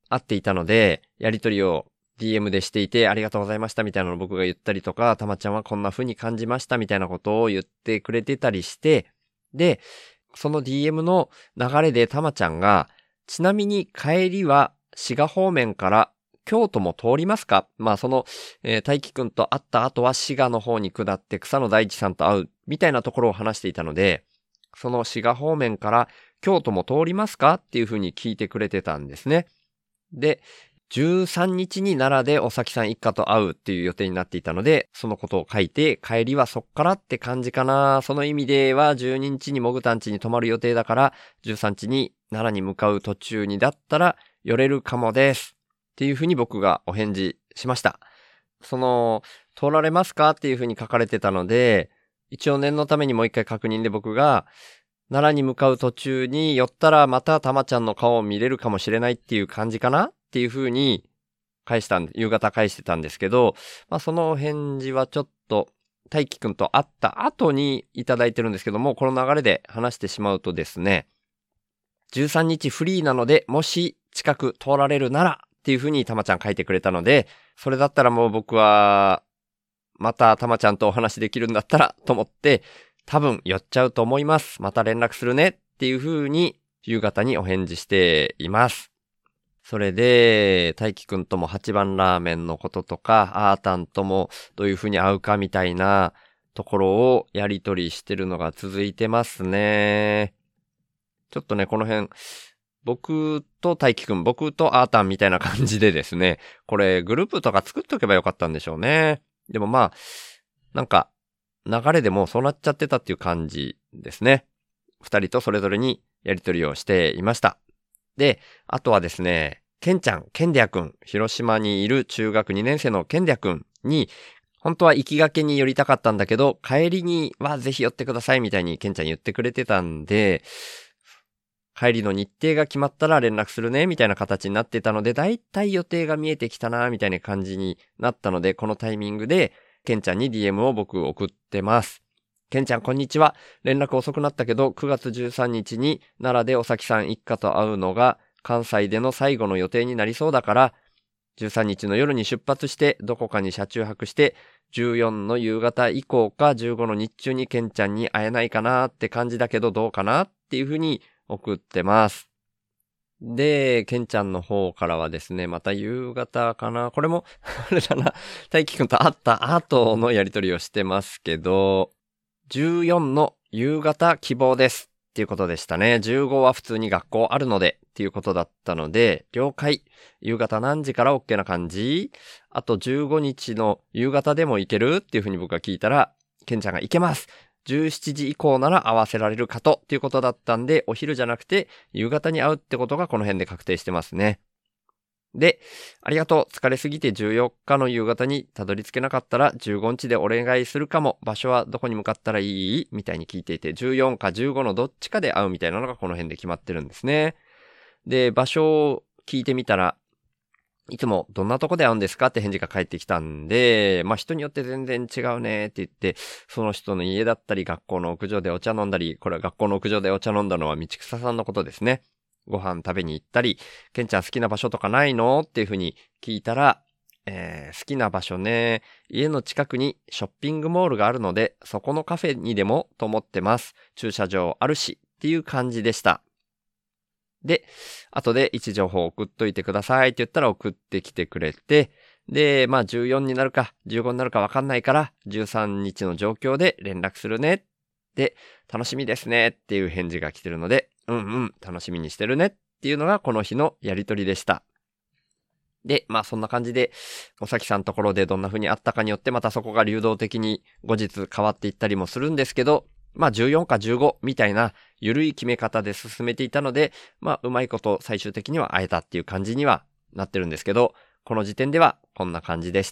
会っていたので、やりとりを ディーエム でしていて、ありがとうございましたみたいなのを僕が言ったりとか、たまちゃんはこんな風に感じましたみたいなことを言ってくれてたりして、で、その ディーエム の流れでたまちゃんが、ちなみに帰りは滋賀方面から京都も通りますか？まあその、えー、大輝くんと会った後は滋賀の方に下って草野大地さんと会うみたいなところを話していたので、その滋賀方面から京都も通りますかっていう風に聞いてくれてたんですね。で、じゅうさんにちに奈良でおさきさん一家と会うっていう予定になっていたので、そのことを書いて、帰りはそっからって感じかな。その意味ではじゅうににちにモグタン家に泊まる予定だから、じゅうさんにちに奈良に向かう途中にだったら寄れるかもです。っていうふうに僕がお返事しました。その、通られますかっていうふうに書かれてたので、一応念のためにもう一回確認で僕が、奈良に向かう途中に寄ったらまたたまちゃんの顔を見れるかもしれないっていう感じかなっていう風に返したんで、夕方返してたんですけど、まあその返事はちょっと大輝くんと会った後にいただいてるんですけども、この流れで話してしまうとですね、じゅうさんにちフリーなので、もし近く通られるならっていう風にたまちゃん書いてくれたので、それだったらもう僕はまたたまちゃんとお話できるんだったらと思って、多分寄っちゃうと思います。また連絡するねっていう風に夕方にお返事しています。それで、大輝くんともはちばんラーメンのこととか、あーたんともどういう風に会うかみたいなところをやりとりしてるのが続いてますね。ちょっとね、この辺、僕と大輝くん、僕とあーたんみたいな感じでですね、これグループとか作っとけばよかったんでしょうね。でもまあ、なんか、流れでもうそうなっちゃってたっていう感じですね。二人とそれぞれにやりとりをしていました。で、あとはですね、ケンちゃん、ケンデアくん、広島にいる中学にねん生のケンデアくんに、本当は行きがけに寄りたかったんだけど、帰りにはぜひ寄ってくださいみたいにケンちゃん言ってくれてたんで、帰りの日程が決まったら連絡するねみたいな形になってたので、だいたい予定が見えてきたなみたいな感じになったので、このタイミングで、ケンちゃんに ディーエム を僕送ってます。ケンちゃんこんにちは。連絡遅くなったけど、くがつじゅうさんにちに奈良でおさきさん一家と会うのが関西での最後の予定になりそうだから、じゅうさんにちの夜に出発してどこかに車中泊して、じゅうよっかの夕方以降かじゅうごの日中にケンちゃんに会えないかなって感じだけどどうかなっていう風に送ってます。で、ケンちゃんの方からはですね、また夕方かな。これも、あれだな、大輝くんと会った後のやりとりをしてますけど、じゅうよっかの夕方希望ですっていうことでしたね。じゅうごは普通に学校あるのでっていうことだったので、了解。夕方何時から OK な感じ？あとじゅうごにちの夕方でも行けるっていうふうに僕が聞いたら、ケンちゃんが行けます。じゅうしちじ以降なら合わせられるかとっていうことだったんで、お昼じゃなくて夕方に会うってことがこの辺で確定してますね。で、ありがとう。疲れすぎてじゅうよっかの夕方にたどり着けなかったらじゅうごにちでお願いするかも。場所はどこに向かったらいい？みたいに聞いていて、じゅうよっかじゅうごのどっちかで会うみたいなのがこの辺で決まってるんですね。で、場所を聞いてみたら、いつもどんなとこで会うんですかって返事が返ってきたんで、まあ人によって全然違うねって言って、その人の家だったり学校の屋上でお茶飲んだり、これは学校の屋上でお茶飲んだのは道草さんのことですね。ご飯食べに行ったり、ケンちゃん好きな場所とかないのっていうふうに聞いたら、えー、好きな場所ね、家の近くにショッピングモールがあるので、そこのカフェにでもと思ってます。駐車場あるしっていう感じでした。で、後で位置情報送っといてくださいって言ったら送ってきてくれて、で、まあじゅうよっかになるかじゅうごになるかわかんないからじゅうさんにちの状況で連絡するね。で、楽しみですねっていう返事が来てるので、うんうん楽しみにしてるねっていうのがこの日のやりとりでした。で、まあそんな感じで、おさきさんのところでどんな風にあったかによってまたそこが流動的に後日変わっていったりもするんですけど、まあじゅうよっかじゅうごみたいな緩い決め方で進めていたので、まあうまいこと最終的には会えたっていう感じにはなってるんですけど、この時点ではこんな感じでした。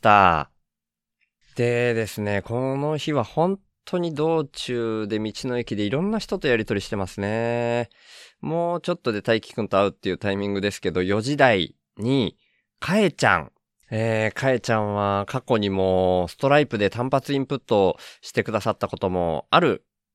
でですね、この日は本当に道中で道の駅でいろんな人とやりとりしてますね。もうちょっとで大輝くんと会うっていうタイミングですけど、よじ台にかえちゃん。えー、かえちゃんは過去にもストライプで単発インプットしてくださったこともある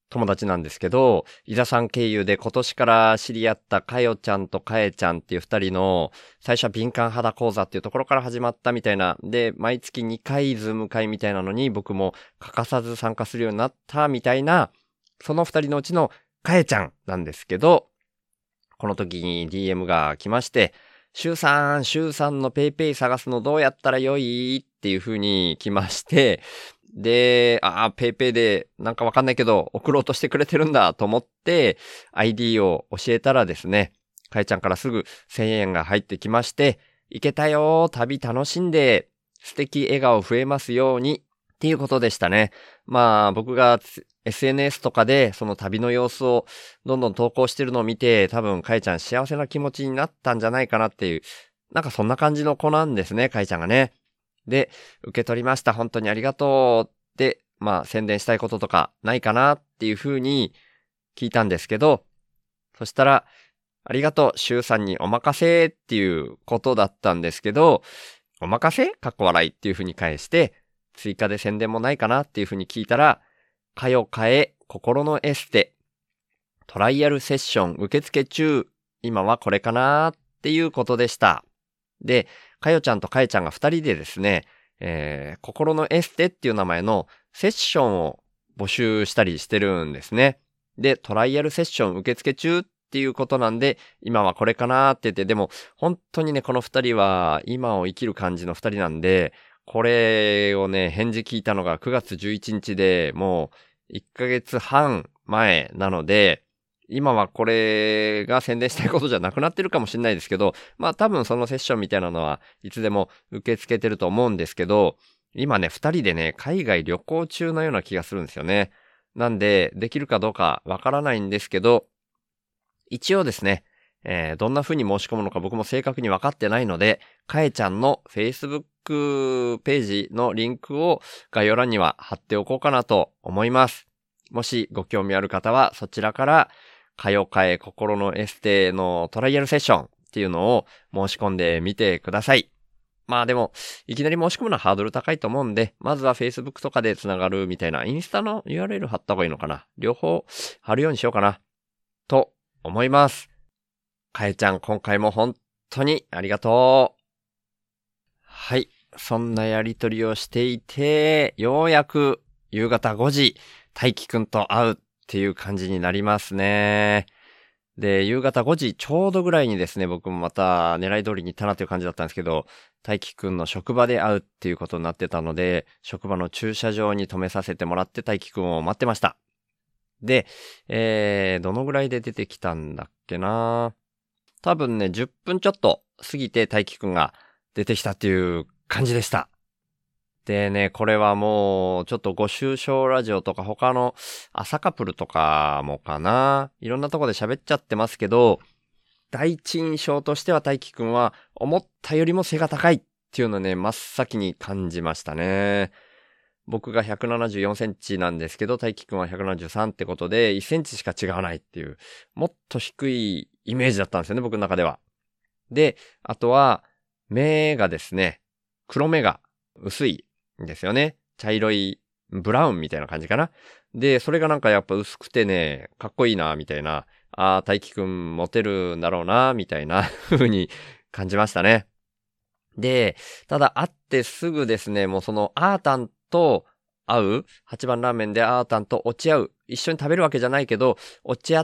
友達なんですけど、伊沢さん経由で今年から知り合ったかよちゃんとかえちゃんっていう二人の、最初は敏感肌講座っていうところから始まったみたいな、で、毎月にかいズーム会みたいなのに僕も欠かさず参加するようになったみたいな、その二人のうちのかえちゃんなんですけど、この時に ディーエム が来まして、シュウさん、シュウさんのペイペイ探すのどうやったらよいっていう風に来まして、で、ああ、ペイペイでなんかわかんないけど送ろうとしてくれてるんだと思って アイディー を教えたらですね、かえちゃんからすぐせんえんが入ってきまして、いけたよ、旅楽しんで素敵笑顔増えますようにっていうことでしたね。まあ僕が エスエヌエス とかでその旅の様子をどんどん投稿してるのを見て、多分かえちゃん幸せな気持ちになったんじゃないかなっていう、なんかそんな感じの子なんですね、かえちゃんがね。で、受け取りました。本当にありがとうって、まあ宣伝したいこととかないかなっていう風に聞いたんですけど、そしたら、ありがとう、シュウさんにお任せっていうことだったんですけど、お任せかっこ笑いっていう風に返して、追加で宣伝もないかなっていう風に聞いたら、かよかえ心のエステ、トライアルセッション受付中、今はこれかなっていうことでした。で、かよちゃんとかえちゃんが二人でですね、えー、心のエステっていう名前のセッションを募集したりしてるんですね。で、トライアルセッション受付中っていうことなんで、今はこれかなって言って、でも本当にね、この二人は今を生きる感じの二人なんで、これをね、返事聞いたのがくがつじゅういちにちで、もういっかげつはんまえなので、今はこれが宣伝したいことじゃなくなってるかもしれないですけど、まあ多分そのセッションみたいなのはいつでも受け付けてると思うんですけど、今ね、二人でね、海外旅行中のような気がするんですよね。なんで、できるかどうかわからないんですけど、一応ですね、えー、どんな風に申し込むのか僕も正確に分かってないので、かえちゃんの Facebook ページのリンクを概要欄には貼っておこうかなと思います。もしご興味ある方はそちらからかよかえ心のエステのトライアルセッションっていうのを申し込んでみてください。まあでも、いきなり申し込むのはハードル高いと思うんで、まずは Facebook とかでつながるみたいな、インスタの ユーアールエル 貼った方がいいのかな。両方貼るようにしようかな。と思います。かえちゃん、今回も本当にありがとう。はい。そんなやりとりをしていて、ようやく夕方ごじ、大輝くんと会うっていう感じになりますね。で、夕方ごじちょうどぐらいにですね、僕もまた狙い通りに行ったなという感じだったんですけど、大輝くんの職場で会うっていうことになってたので、職場の駐車場に止めさせてもらって大輝くんを待ってました。で、えー、どのぐらいで出てきたんだっけな。多分ね、じゅっぷんちょっと過ぎて大輝くんが出てきたっていう感じでした。でね、これはもう、ちょっとご愁傷ラジオとか他の朝カプルとかもかな。いろんなとこで喋っちゃってますけど、第一印象としては大輝くんは思ったよりも背が高いっていうのをね、真っ先に感じましたね。僕がひゃくななじゅうよんセンチなんですけど、大輝くんはひゃくななじゅうさんってことで、いちセンチしか違わないっていう、もっと低いイメージだったんですよね、僕の中では。で、あとは、目がですね、黒目が薄いんですよね。茶色い、ブラウンみたいな感じかな。で、それがなんかやっぱ薄くてね、かっこいいな、みたいな。ああ、大輝くんモテるんだろうな、みたいな風に感じましたね。で、ただ会ってすぐですね、もうそのアータンと会う、八番ラーメンでアータンと落ち合う、一緒に食べるわけじゃないけど、落ち合って、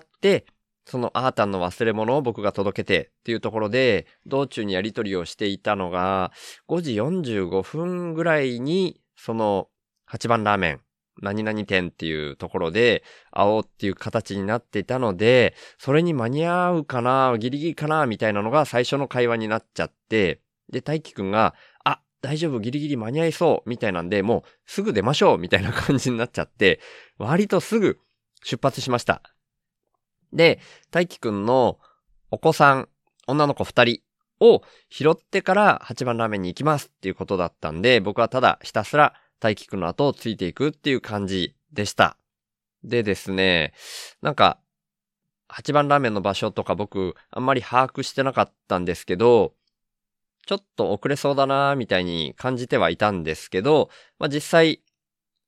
そのアータンの忘れ物を僕が届けてっていうところで、道中にやり取りをしていたのが、ごじよんじゅうごふんぐらいに、その八番ラーメン、何々店っていうところで会おうっていう形になっていたので、それに間に合うかな、ギリギリかな、みたいなのが最初の会話になっちゃって、で、大輝くんが、あ、大丈夫、ギリギリ間に合いそう、みたいなんで、もうすぐ出ましょう、みたいな感じになっちゃって、割とすぐ出発しました。で、大輝くんのお子さん、女の子二人を拾ってから八番ラーメンに行きますっていうことだったんで、僕はただひたすら大輝くんの後をついていくっていう感じでした。でですね、なんか、八番ラーメンの場所とか僕あんまり把握してなかったんですけど、ちょっと遅れそうだなみたいに感じてはいたんですけど、まあ、実際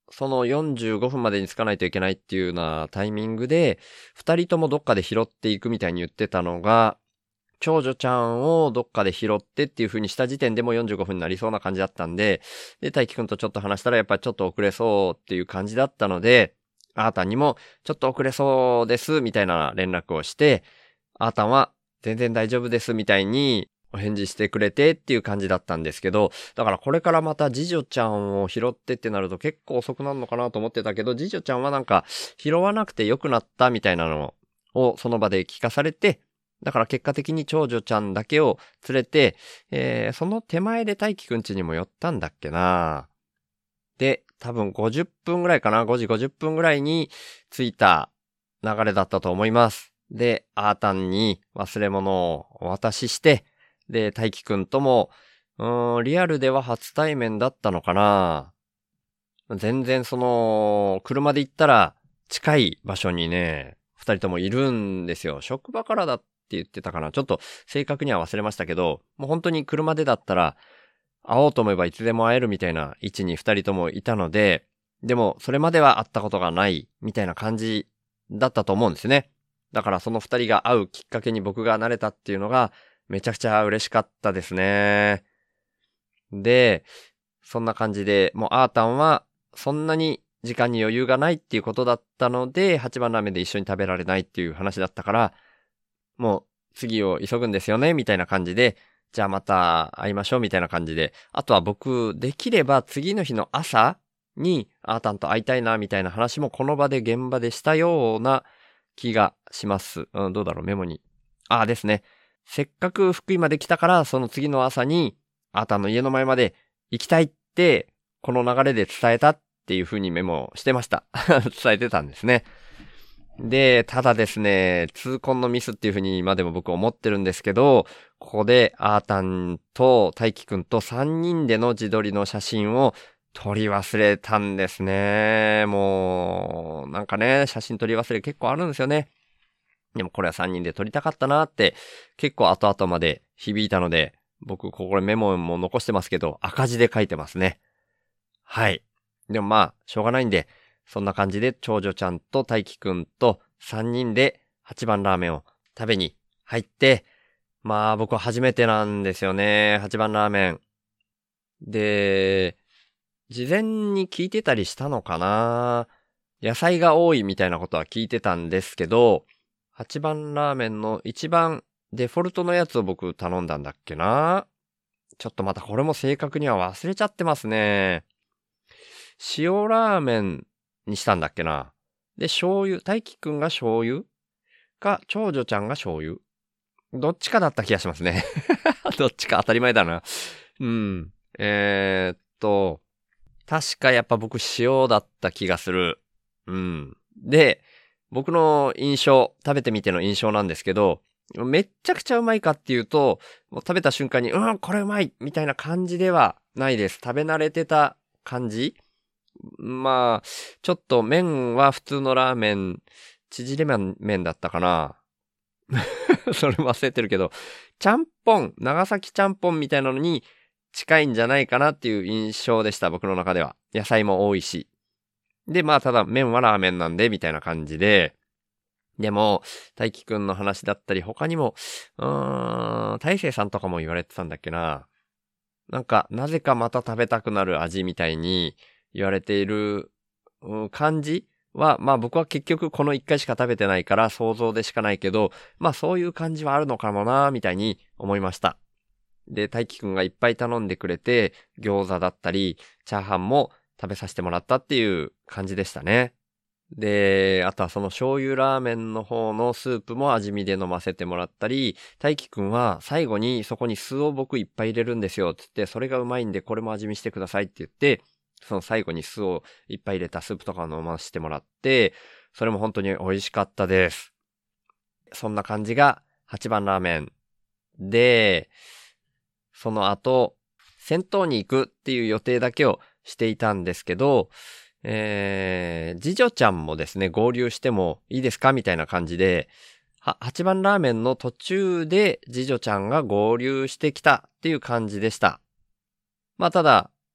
そのよんじゅうごふんまでに着かないといけないっていうようなタイミングで、二人ともどっかで拾っていくみたいに言ってたのが、長女ちゃんをどっかで拾ってっていう風にした時点でもうよんじゅうごふんになりそうな感じだったんで、で、大輝くんとちょっと話したらやっぱりちょっと遅れそうっていう感じだったので、あーたんにもちょっと遅れそうですみたいな連絡をして、あーたんは全然大丈夫ですみたいにお返事してくれてっていう感じだったんですけど、だからこれからまた次女ちゃんを拾ってってなると結構遅くなるのかなと思ってたけど、次女ちゃんはなんか拾わなくてよくなったみたいなのをその場で聞かされて、だから結果的に長女ちゃんだけを連れて、えー、その手前で大輝くん家にも寄ったんだっけな。で、多分ごじゅっぷんぐらいかな、ごじごじゅっぷんぐらいに着いた流れだったと思います。で、あーたんに忘れ物をお渡しして、で、大輝くんとも、うーん、リアルでは初対面だったのかな。全然その、車で行ったら近い場所にね、二人ともいるんですよ。職場からだって言ってたかな。ちょっと正確には忘れましたけど、もう本当に車でだったら、会おうと思えばいつでも会えるみたいな位置に二人ともいたので、でもそれまでは会ったことがないみたいな感じだったと思うんですね。だからその二人が会うきっかけに僕がなれたっていうのがめちゃくちゃ嬉しかったですね。で、そんな感じで、もうあーたんはそんなに時間に余裕がないっていうことだったので、八番ラーメンで一緒に食べられないっていう話だったから、もう次を急ぐんですよねみたいな感じで、じゃあまた会いましょうみたいな感じで、あとは僕できれば次の日の朝にあーたんと会いたいなみたいな話もこの場で現場でしたような気がします。うん、どうだろうメモに。ああですね。せっかく福井まで来たからその次の朝にあーたんの家の前まで行きたいってこの流れで伝えたっていう風にメモしてました。伝えてたんですね。で、ただですね、痛恨のミスっていう風に今でも僕思ってるんですけど、ここであーたんと大輝くんとさんにんでの自撮りの写真を撮り忘れたんですね。もう、なんかね、写真撮り忘れ結構あるんですよね。でもこれはさんにんで撮りたかったなって結構後々まで響いたので、僕ここメモも残してますけど赤字で書いてますね。はい。でもまあ、しょうがないんで、そんな感じで長女ちゃんと大輝くんとさんにんではちばんラーメンを食べに入って、まあ僕は初めてなんですよね。はちばんラーメン。で、事前に聞いてたりしたのかな？野菜が多いみたいなことは聞いてたんですけど、はちばんラーメンの一番デフォルトのやつを僕頼んだんだっけな？ちょっとまたこれも正確には忘れちゃってますね。塩ラーメンにしたんだっけな。で、醤油。大輝くんが醤油か、長女ちゃんが醤油。どっちかだった気がしますね。どっちか当たり前だな。うん。えー、っと、確かやっぱ僕塩だった気がする。うん。で、僕の印象、食べてみての印象なんですけど、めっちゃくちゃうまいかっていうと、もう食べた瞬間に、うん、これうまいみたいな感じではないです。食べ慣れてた感じ？まあ、ちょっと麺は普通のラーメン、縮れ麺麺だったかな。それ忘れてるけど、ちゃんぽん、長崎ちゃんぽんみたいなのに近いんじゃないかなっていう印象でした、僕の中では。野菜も多いし。で、まあ、ただ麺はラーメンなんで、みたいな感じで。でも、大輝くんの話だったり、他にも、うーん、大成さんとかも言われてたんだっけな。なんか、なぜかまた食べたくなる味みたいに言われている、うん、感じは、まあ僕は結局この一回しか食べてないから想像でしかないけど、まあそういう感じはあるのかもな、みたいに思いました。で、大輝くんがいっぱい頼んでくれて、餃子だったり、チャーハンも食べさせてもらったっていう感じでしたね。で、あとはその醤油ラーメンの方のスープも味見で飲ませてもらったり、大輝くんは最後にそこに酢を僕いっぱい入れるんですよ、つって、それがうまいんでこれも味見してくださいって言って、その最後に酢をいっぱい入れたスープとかを飲ませてもらって、それも本当に美味しかったです。そんな感じがはちばんラーメンで、その後、銭湯に行くっていう予定だけをしていたんですけど、えー、次女ちゃんもですね、合流してもいいですかみたいな感じで、は、はちばんラーメンの途中で次女ちゃんが合流してきたっていう感じでした。まあただ、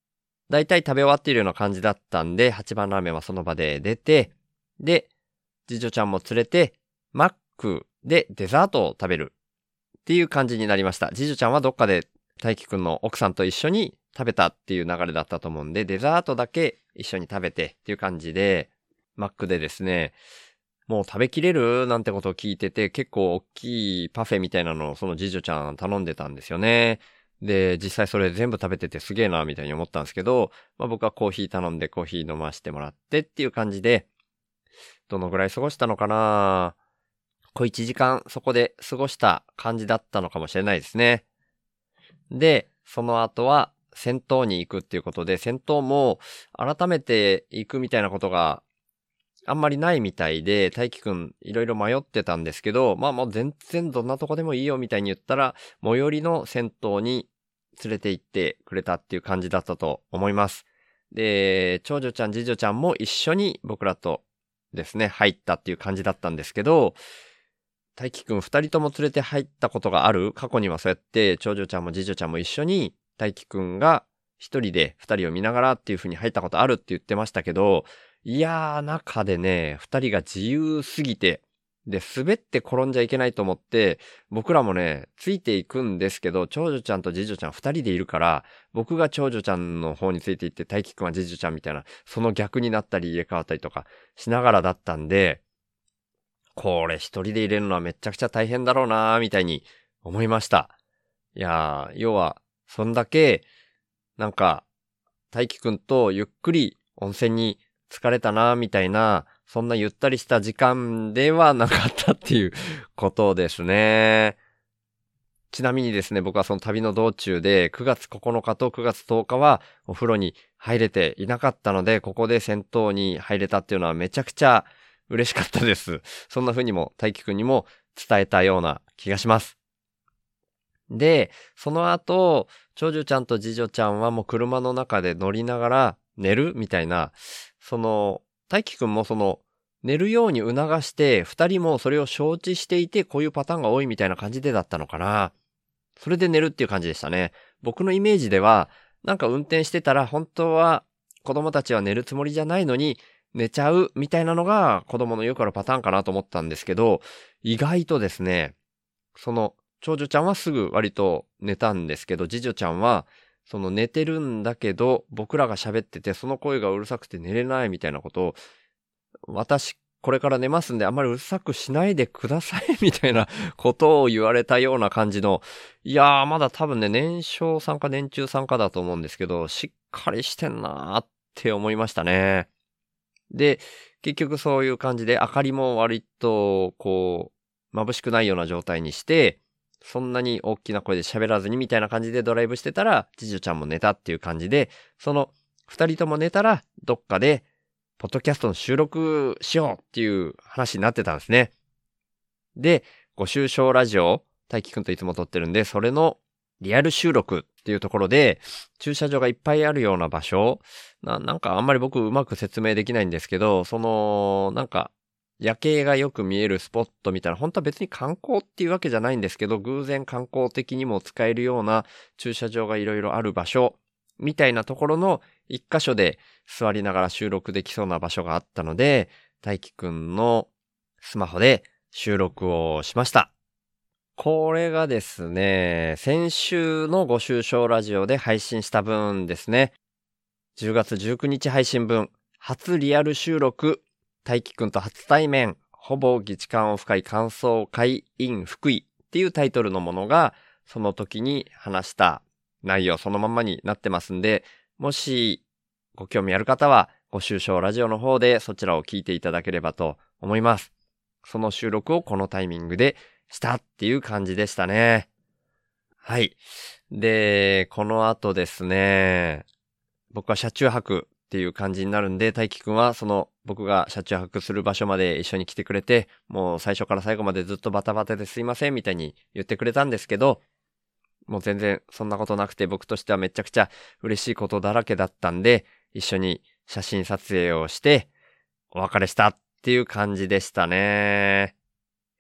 だいたい食べ終わっているような感じだったんで、はちばんラーメンはその場で出て、で、次女ちゃんも連れて、マックでデザートを食べるっていう感じになりました。次女ちゃんはどっかで大輝くんの奥さんと一緒に食べたっていう流れだったと思うんで、デザートだけ一緒に食べてっていう感じで、マックでですね、もう食べきれるなんてことを聞いてて、結構大きいパフェみたいなのをその次女ちゃん頼んでたんですよね。で、実際それ全部食べててすげえなみたいに思ったんですけど、まあ僕はコーヒー頼んでコーヒー飲ませてもらってっていう感じで、どのぐらい過ごしたのかな？小いちじかんそこで過ごした感じだったのかもしれないですね。で、その後は銭湯に行くっていうことで、銭湯も改めて行くみたいなことがあんまりないみたいで、大輝くんいろいろ迷ってたんですけど、まあもう全然どんなとこでもいいよみたいに言ったら、最寄りの銭湯に連れて行ってくれたっていう感じだったと思います。で、長女ちゃん、次女ちゃんも一緒に僕らとですね、入ったっていう感じだったんですけど、大輝くん二人とも連れて入ったことがある？過去にはそうやって長女ちゃんも次女ちゃんも一緒に大輝くんが一人で二人を見ながらっていう風に入ったことあるって言ってましたけど、いやー中でね、二人が自由すぎて、で、滑って転んじゃいけないと思って、僕らもね、ついていくんですけど、長女ちゃんと次女ちゃん二人でいるから、僕が長女ちゃんの方についていって、大輝くんは次女ちゃんみたいな、その逆になったり入れ替わったりとかしながらだったんで、これ一人で入れるのはめちゃくちゃ大変だろうなーみたいに思いました。いやー、要は、そんだけ、なんか、大輝くんとゆっくり温泉に疲れたなーみたいな、そんなゆったりした時間ではなかったっていうことですね。ちなみにですね、僕はその旅の道中でくがつここのかとくがつとおかはお風呂に入れていなかったので、ここで銭湯に入れたっていうのはめちゃくちゃ嬉しかったです。そんな風にも大輝くんにも伝えたような気がします。で、その後、長女ちゃんと次女ちゃんはもう車の中で乗りながら寝るみたいな、その、大輝くんもその、寝るように促して、二人もそれを承知していて、こういうパターンが多いみたいな感じでだったのかな。それで寝るっていう感じでしたね。僕のイメージでは、なんか運転してたら本当は子供たちは寝るつもりじゃないのに寝ちゃうみたいなのが子供のよくあるパターンかなと思ったんですけど、意外とですね、その長女ちゃんはすぐ割と寝たんですけど、次女ちゃんはその寝てるんだけど僕らが喋っててその声がうるさくて寝れないみたいなことを、私これから寝ますんであんまりうるさくしないでくださいみたいなことを言われたような感じの、いやーまだ多分ね年少さんか年中さんかだと思うんですけど、しっかりしてんなーって思いましたね。で、結局そういう感じで明かりも割とこう眩しくないような状態にして、そんなに大きな声で喋らずにみたいな感じでドライブしてたら次女ちゃんも寝たっていう感じで、その二人とも寝たらどっかでポッドキャストの収録しようっていう話になってたんですね。で、ご愁傷ラジオ、大輝くんといつも撮ってるんで、それのリアル収録っていうところで、駐車場がいっぱいあるような場所、な、なんかあんまり僕うまく説明できないんですけど、その、なんか、夜景がよく見えるスポットみたいな、本当は別に観光っていうわけじゃないんですけど、偶然観光的にも使えるような駐車場がいろいろある場所、みたいなところの一箇所で座りながら収録できそうな場所があったので、大輝くんのスマホで収録をしました。これがですね、先週のご愁傷ラジオで配信した分ですね。じゅうがつじゅうくにち配信分、初リアル収録、大輝くんと初対面、ほぼ議事感オフ会感想会 in 福井っていうタイトルのものが、その時に話した内容そのままになってますんで、もしご興味ある方は、ご愁傷ラジオの方でそちらを聞いていただければと思います。その収録をこのタイミングでしたっていう感じでしたね。はい。で、この後ですね、僕は車中泊っていう感じになるんで、大輝くんはその僕が車中泊する場所まで一緒に来てくれて、もう最初から最後までずっとバタバタですいませんみたいに言ってくれたんですけど、もう全然そんなことなくて僕としてはめちゃくちゃ嬉しいことだらけだったんで、一緒に写真撮影をしてお別れしたっていう感じでしたね。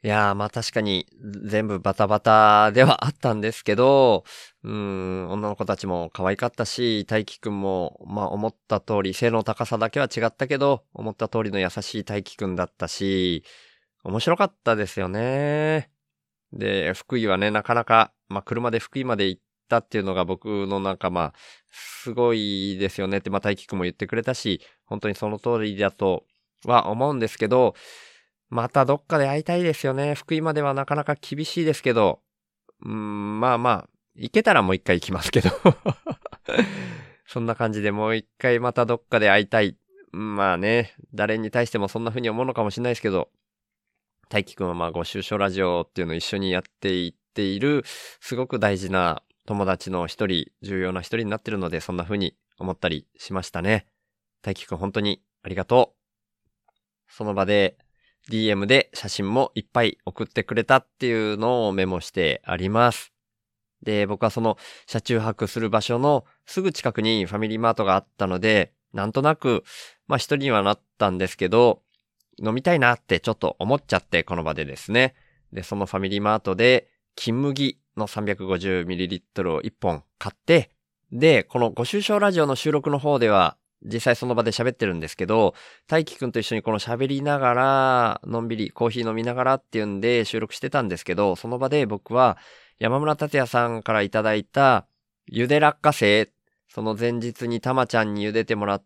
いやー、まあ確かに全部バタバタではあったんですけど、うーん、女の子たちも可愛かったし、大輝くんも、まあ思った通り、背の高さだけは違ったけど、思った通りの優しい大輝くんだったし、面白かったですよね。で、福井はね、なかなか、まあ車で福井まで行ったっていうのが僕のなんかまあ、すごいですよねって、まあ大輝くんも言ってくれたし、本当にその通りだとは思うんですけど、またどっかで会いたいですよね。福井まではなかなか厳しいですけど、うーん、まあまあ、行けたらもう一回行きますけど。そんな感じでもう一回またどっかで会いたい。まあね、誰に対してもそんな風に思うのかもしれないですけど、大輝くんはまあご愁傷ラジオっていうのを一緒にやっていっている、すごく大事な友達の一人、重要な一人になってるので、そんな風に思ったりしましたね。大輝くん本当にありがとう。その場で、ディーエム で写真もいっぱい送ってくれたっていうのをメモしてあります。で、僕はその車中泊する場所のすぐ近くにファミリーマートがあったので、なんとなく、まあ一人にはなったんですけど、飲みたいなってちょっと思っちゃって、この場でですね。で、そのファミリーマートで、金麦の さんびゃくごじゅうミリリットル をいっぽん買って、で、このご愁傷ラジオの収録の方では、実際その場で喋ってるんですけど、大輝くんと一緒にこの喋りながら、のんびりコーヒー飲みながらっていうんで収録してたんですけど、その場で僕は山村達也さんからいただいたゆで落花生、その前日にたまちゃんに茹でてもらって、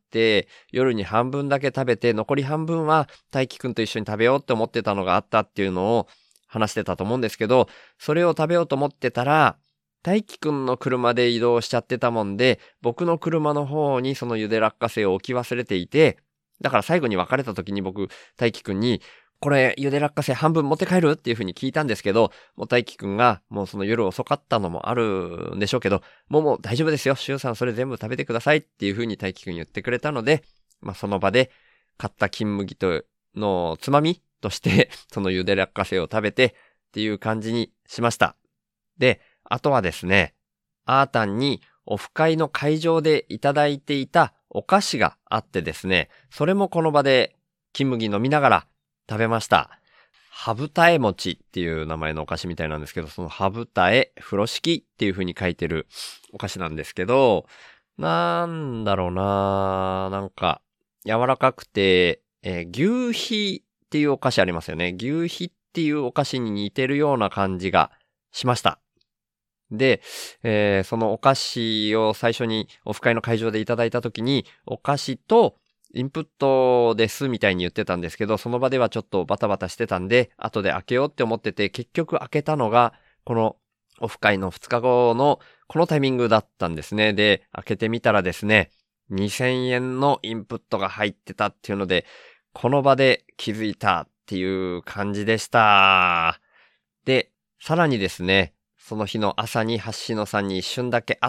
夜に半分だけ食べて、残り半分は大輝くんと一緒に食べようって思ってたのがあったっていうのを話してたと思うんですけど、それを食べようと思ってたら、大輝くんの車で移動しちゃってたもんで、僕の車の方にそのゆで落花生を置き忘れていて、だから最後に別れた時に僕、大輝くんに、これ、ゆで落花生半分持って帰るっていう風に聞いたんですけど、もう大輝くんが、もうその夜遅かったのもあるんでしょうけど、もうもう大丈夫ですよ。しゅうさんそれ全部食べてくださいっていう風に大輝くん言ってくれたので、まあその場で買った金麦とのつまみとして、そのゆで落花生を食べてっていう感じにしました。で、あとはですね、あーたんにオフ会の会場でいただいていたお菓子があってですね、それもこの場で金麦飲みながら食べました。ハブタエ餅っていう名前のお菓子みたいなんですけど、そのハブタエ風呂敷っていう風に書いてるお菓子なんですけど、なんだろうななんか柔らかくて、えー、牛皮っていうお菓子ありますよね。牛皮っていうお菓子に似てるような感じがしました。で、えー、そのお菓子を最初にオフ会の会場でいただいたときに、お菓子とインプットですみたいに言ってたんですけど、その場ではちょっとバタバタしてたんで、後で開けようって思ってて、結局開けたのが、このオフ会のふつかごのこのタイミングだったんですね。で、開けてみたらですね、にせんえんのインプットが入ってたっていうので、この場で気づいたっていう感じでした。で、さらにですね、その日の朝に橋野さんに一瞬だけ会って、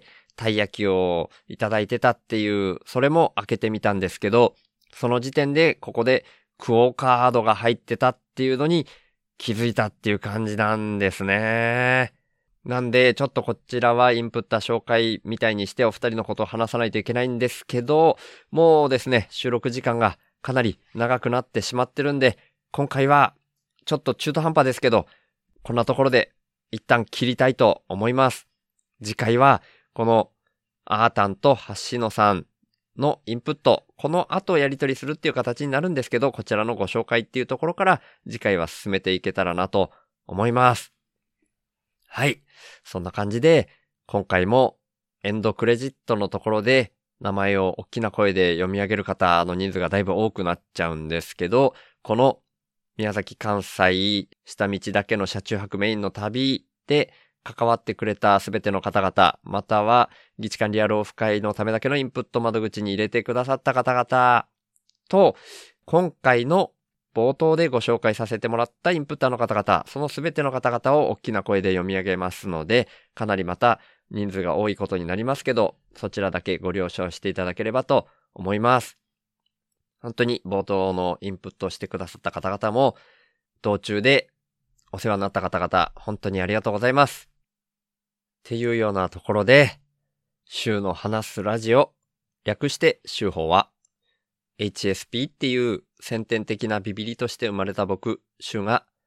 たい焼きをいただいてたっていう、それも開けてみたんですけど、その時点でここでクオカードが入ってたっていうのに気づいたっていう感じなんですね。なんで、ちょっとこちらはインプット紹介みたいにしてお二人のことを話さないといけないんですけど、もうですね、収録時間がかなり長くなってしまってるんで、今回はちょっと中途半端ですけど、こんなところで一旦切りたいと思います。次回はこのあーたんと橋野さんのインプット、この後やり取りするっていう形になるんですけど、こちらのご紹介っていうところから次回は進めていけたらなと思います。はい。そんな感じで、今回もエンドクレジットのところで名前を大きな声で読み上げる方の人数がだいぶ多くなっちゃうんですけど、この宮崎関西下道だけの車中泊メインの旅で関わってくれたすべての方々、または議事館リアルオフ会のためだけのインプット窓口に入れてくださった方々と、今回の冒頭でご紹介させてもらったインプッターの方々、そのすべての方々を大きな声で読み上げますので、かなりまた人数が多いことになりますけど、そちらだけご了承していただければと思います。本当に冒頭のインプットしてくださった方々も、道中でお世話になった方々、本当にありがとうございます。っていうようなところで、週の話すラジオ、略して週報は、エイチエスピー っていう先天的なビビリとして生まれた僕、週が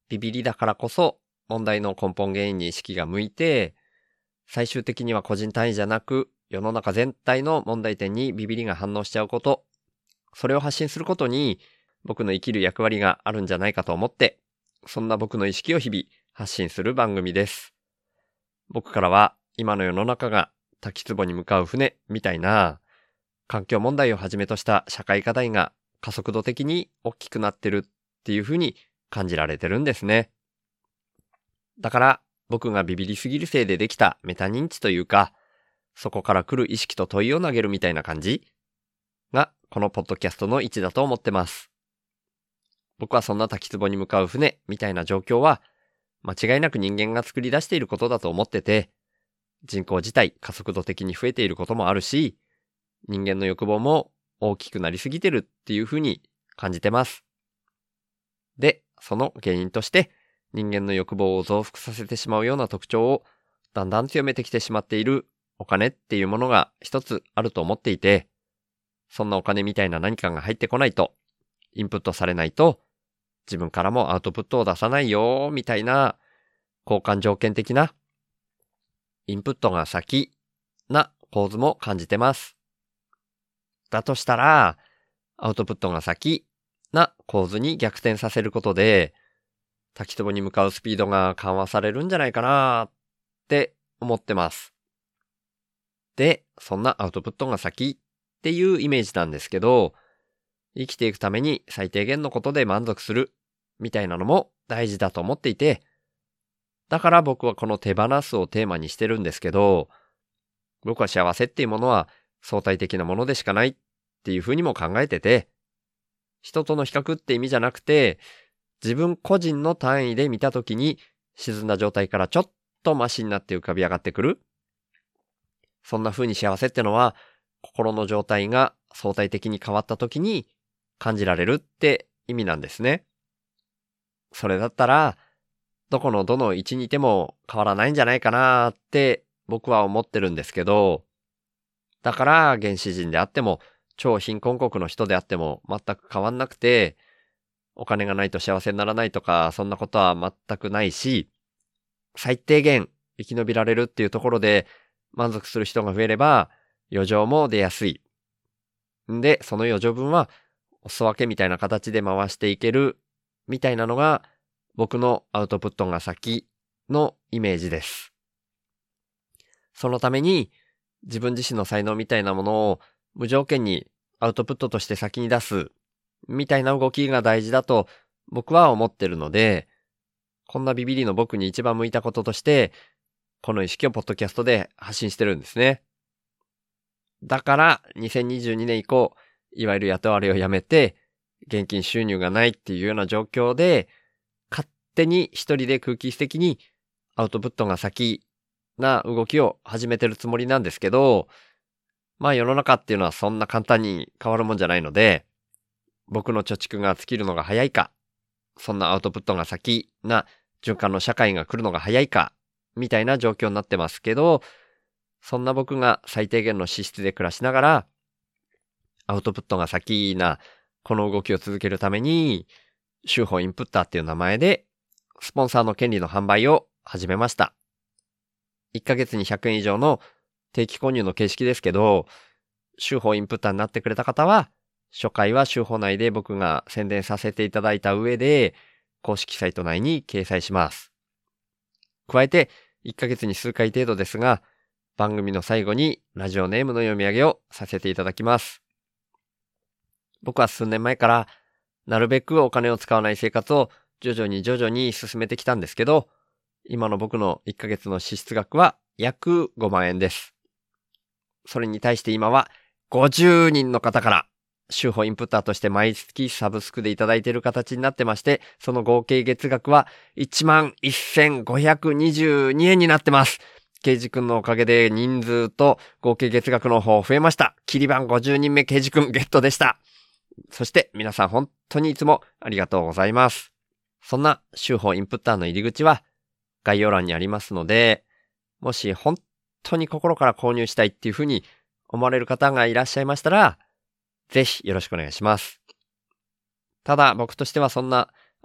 ビビりだからこそ問題の根本原因に意識が向いて、最終的には個人単位じゃなく世の中全体の問題点にビビりが反応しちゃうこと、それを発信することに僕の生きる役割があるんじゃないかと思って、そんな僕の意識を日々発信する番組です。僕からは今の世の中が滝壺に向かう船みたいな環境問題をはじめとした社会課題が加速度的に大きくなってるっていうふうに感じられてるんですね。だから僕がビビりすぎるせいでできたメタ認知というか、そこから来る意識と問いを投げるみたいな感じがこのポッドキャストの位置だと思ってます。僕はそんな滝壺に向かう船みたいな状況は間違いなく人間が作り出していることだと思ってて、人口自体加速度的に増えていることもあるし、人間の欲望も大きくなりすぎてるっていうふうに感じてます。で、その原因として人間の欲望を増幅させてしまうような特徴をだんだん強めてきてしまっているお金っていうものが一つあると思っていて、そんなお金みたいな何かが入ってこないと、インプットされないと、自分からもアウトプットを出さないよみたいな交換条件的なインプットが先な構図も感じてます。だとしたらアウトプットが先な構図に逆転させることで滝壺に向かうスピードが緩和されるんじゃないかなって思ってます。で、そんなアウトプットが先っていうイメージなんですけど、生きていくために最低限のことで満足するみたいなのも大事だと思っていて、だから僕はこの手放すをテーマにしてるんですけど、僕は幸せっていうものは相対的なものでしかないっていうふうにも考えてて、人との比較って意味じゃなくて、自分個人の単位で見たときに沈んだ状態からちょっとマシになって浮かび上がってくる。そんな風に幸せってのは心の状態が相対的に変わったときに感じられるって意味なんですね。それだったらどこのどの位置にいても変わらないんじゃないかなって僕は思ってるんですけど、だから原始人であっても超貧困国の人であっても全く変わんなくて、お金がないと幸せにならないとかそんなことは全くないし、最低限生き延びられるっていうところで満足する人が増えれば余剰も出やすい。んで、その余剰分はお裾分けみたいな形で回していけるみたいなのが僕のアウトプットが先のイメージです。そのために自分自身の才能みたいなものを無条件にアウトプットとして先に出すみたいな動きが大事だと僕は思ってるので、こんなビビリの僕に一番向いたこととしてこの意識をポッドキャストで発信してるんですね。だからにせんにじゅうにねん以降、いわゆる雇われをやめて現金収入がないっていうような状況で勝手に一人で空気質的にアウトプットが先な動きを始めてるつもりなんですけど、まあ世の中っていうのはそんな簡単に変わるもんじゃないので、僕の貯蓄が尽きるのが早いか、そんなアウトプットが先な循環の社会が来るのが早いかみたいな状況になってますけど、そんな僕が最低限の資質で暮らしながらアウトプットが先なこの動きを続けるために週報インプッターっていう名前でスポンサーの権利の販売を始めました。いっかげつにひゃくえん以上の定期購入の形式ですけど、週報インプッターになってくれた方は初回は週報内で僕が宣伝させていただいた上で公式サイト内に掲載します。加えていっかげつに数回程度ですが、番組の最後にラジオネームの読み上げをさせていただきます。僕は数年前からなるべくお金を使わない生活を徐々に徐々に進めてきたんですけど、今の僕のいっかげつの支出額は約ごまんえんです。それに対して今はごじゅうにんの方から週報インプッターとして毎月サブスクでいただいている形になってまして、その合計月額はいちまんせんごひゃくにじゅうにえんになってます。ケイジ君のおかげで人数と合計月額の方増えました。キリバンごじゅうにんめケイジ君ゲットでした。そして皆さん本当にいつもありがとうございます。そんな週報インプッターの入り口は概要欄にありますので、もし本当に心から購入したいっていうふうに思われる方がいらっしゃいましたら、ぜひよろしくお願いします。ただ僕としてはそんな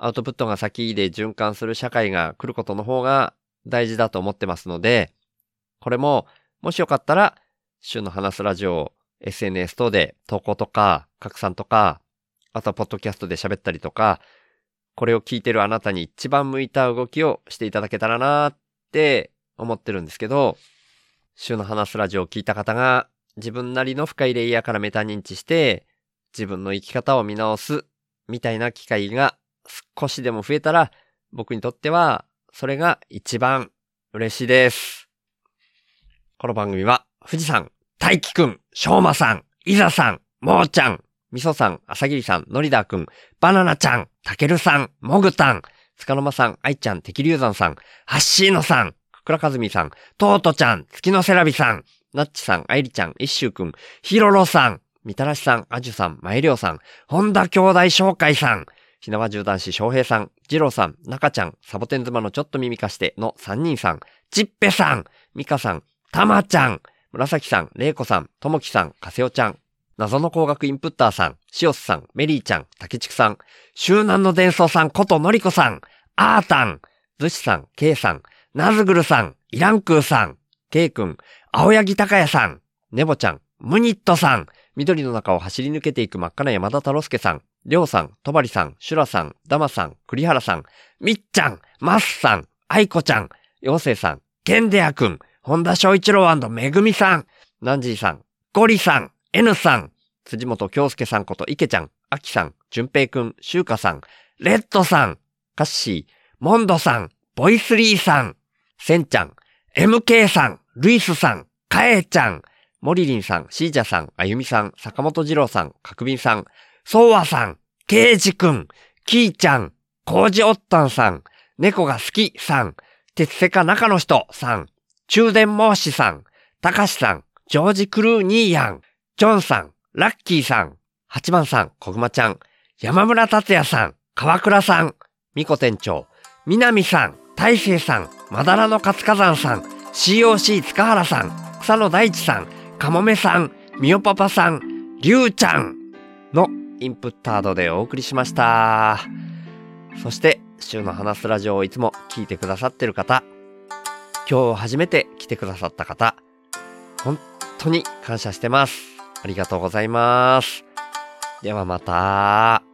アウトプットが先で循環する社会が来ることの方が大事だと思ってますので、これも、もしよかったら、週の話すラジオを エスエヌエス 等で投稿とか、拡散とか、あとはポッドキャストで喋ったりとか、これを聞いてるあなたに一番向いた動きをしていただけたらなーって思ってるんですけど、週の話すラジオを聞いた方が自分なりの深いレイヤーからメタ認知して自分の生き方を見直すみたいな機会が少しでも増えたら、僕にとってはそれが一番嬉しいです。この番組は富士山、大輝くん、しょうまさん、いざさん、もーちゃん、みそさん、あさぎりさん、のりだくん、バナナちゃん、たけるさん、もぐたん、つかの間さん、あいちゃん、てきりゅうざんさん、はっしーのさん、くくらかずみさん、とうとちゃん、月のせらびさん、なっちさん、あいりちゃん、いっしゅうくん、ひろろさん、みたらしさん、あじゅさん、まいりょうさん、ほんだ兄弟紹介さん、ひなわじゅう男子翔平さん、じろうさん、なかちゃん、サボテン妻のちょっと耳貸してのさんにんさん、ちっぺさん、みかさん、たまちゃん、むらさきさん、れいこさん、ともきさん、かせおちゃん、謎の工学インプッターさん、しおすさん、メリーちゃん、たけちくさん、周南の伝送さんことのりこさん、あーたん、ずしさん、けいさん、なずぐるさん、イランクーさん、けいくん、青柳高也さん、ねぼちゃん、ムニットさん、緑の中を走り抜けていく真っ赤な山田太郎介さん、りょうさん、とばりさん、シュラさん、ダマさん、栗原さん、みっちゃん、マスさん、あいこちゃん、ようせいさん、ケンデアくん、本田翔一郎&めぐみさん、ナンジーさん、ゴリさん、N さん、辻本京介さんこと池ちゃん、あきさん、じゅんぺいくん、しゅうかさん、レッドさん、カッシー、モンドさん、ボイスリーさん、センちゃん、エムケー さん、ルイスさん、カエちゃん、モリリンさん、シージャさん、あゆみさん、坂本二郎さん、かくびんさん、ソワさん、ケイジくん、キーちゃん、コウジオッタンさん、猫が好きさん、鉄セカ中の人さん、中電申しさん、たかしさん、ジョージ・クルーニーヤン、ジョンさん、ラッキーさん、はちばんさん、こぐまちゃん、山村達也さん、川倉さん、みこ店長、みなみさん、大成さん、まだらの活火山さん、シーオーシー 塚原さん、草野大地さん、かもめさん、みおパパさん、りゅうちゃんのインプッタードでお送りしました。そして、週の話すラジオをいつも聞いてくださってる方、今日初めて来てくださった方、本当に感謝してます。ありがとうございます。ではまた。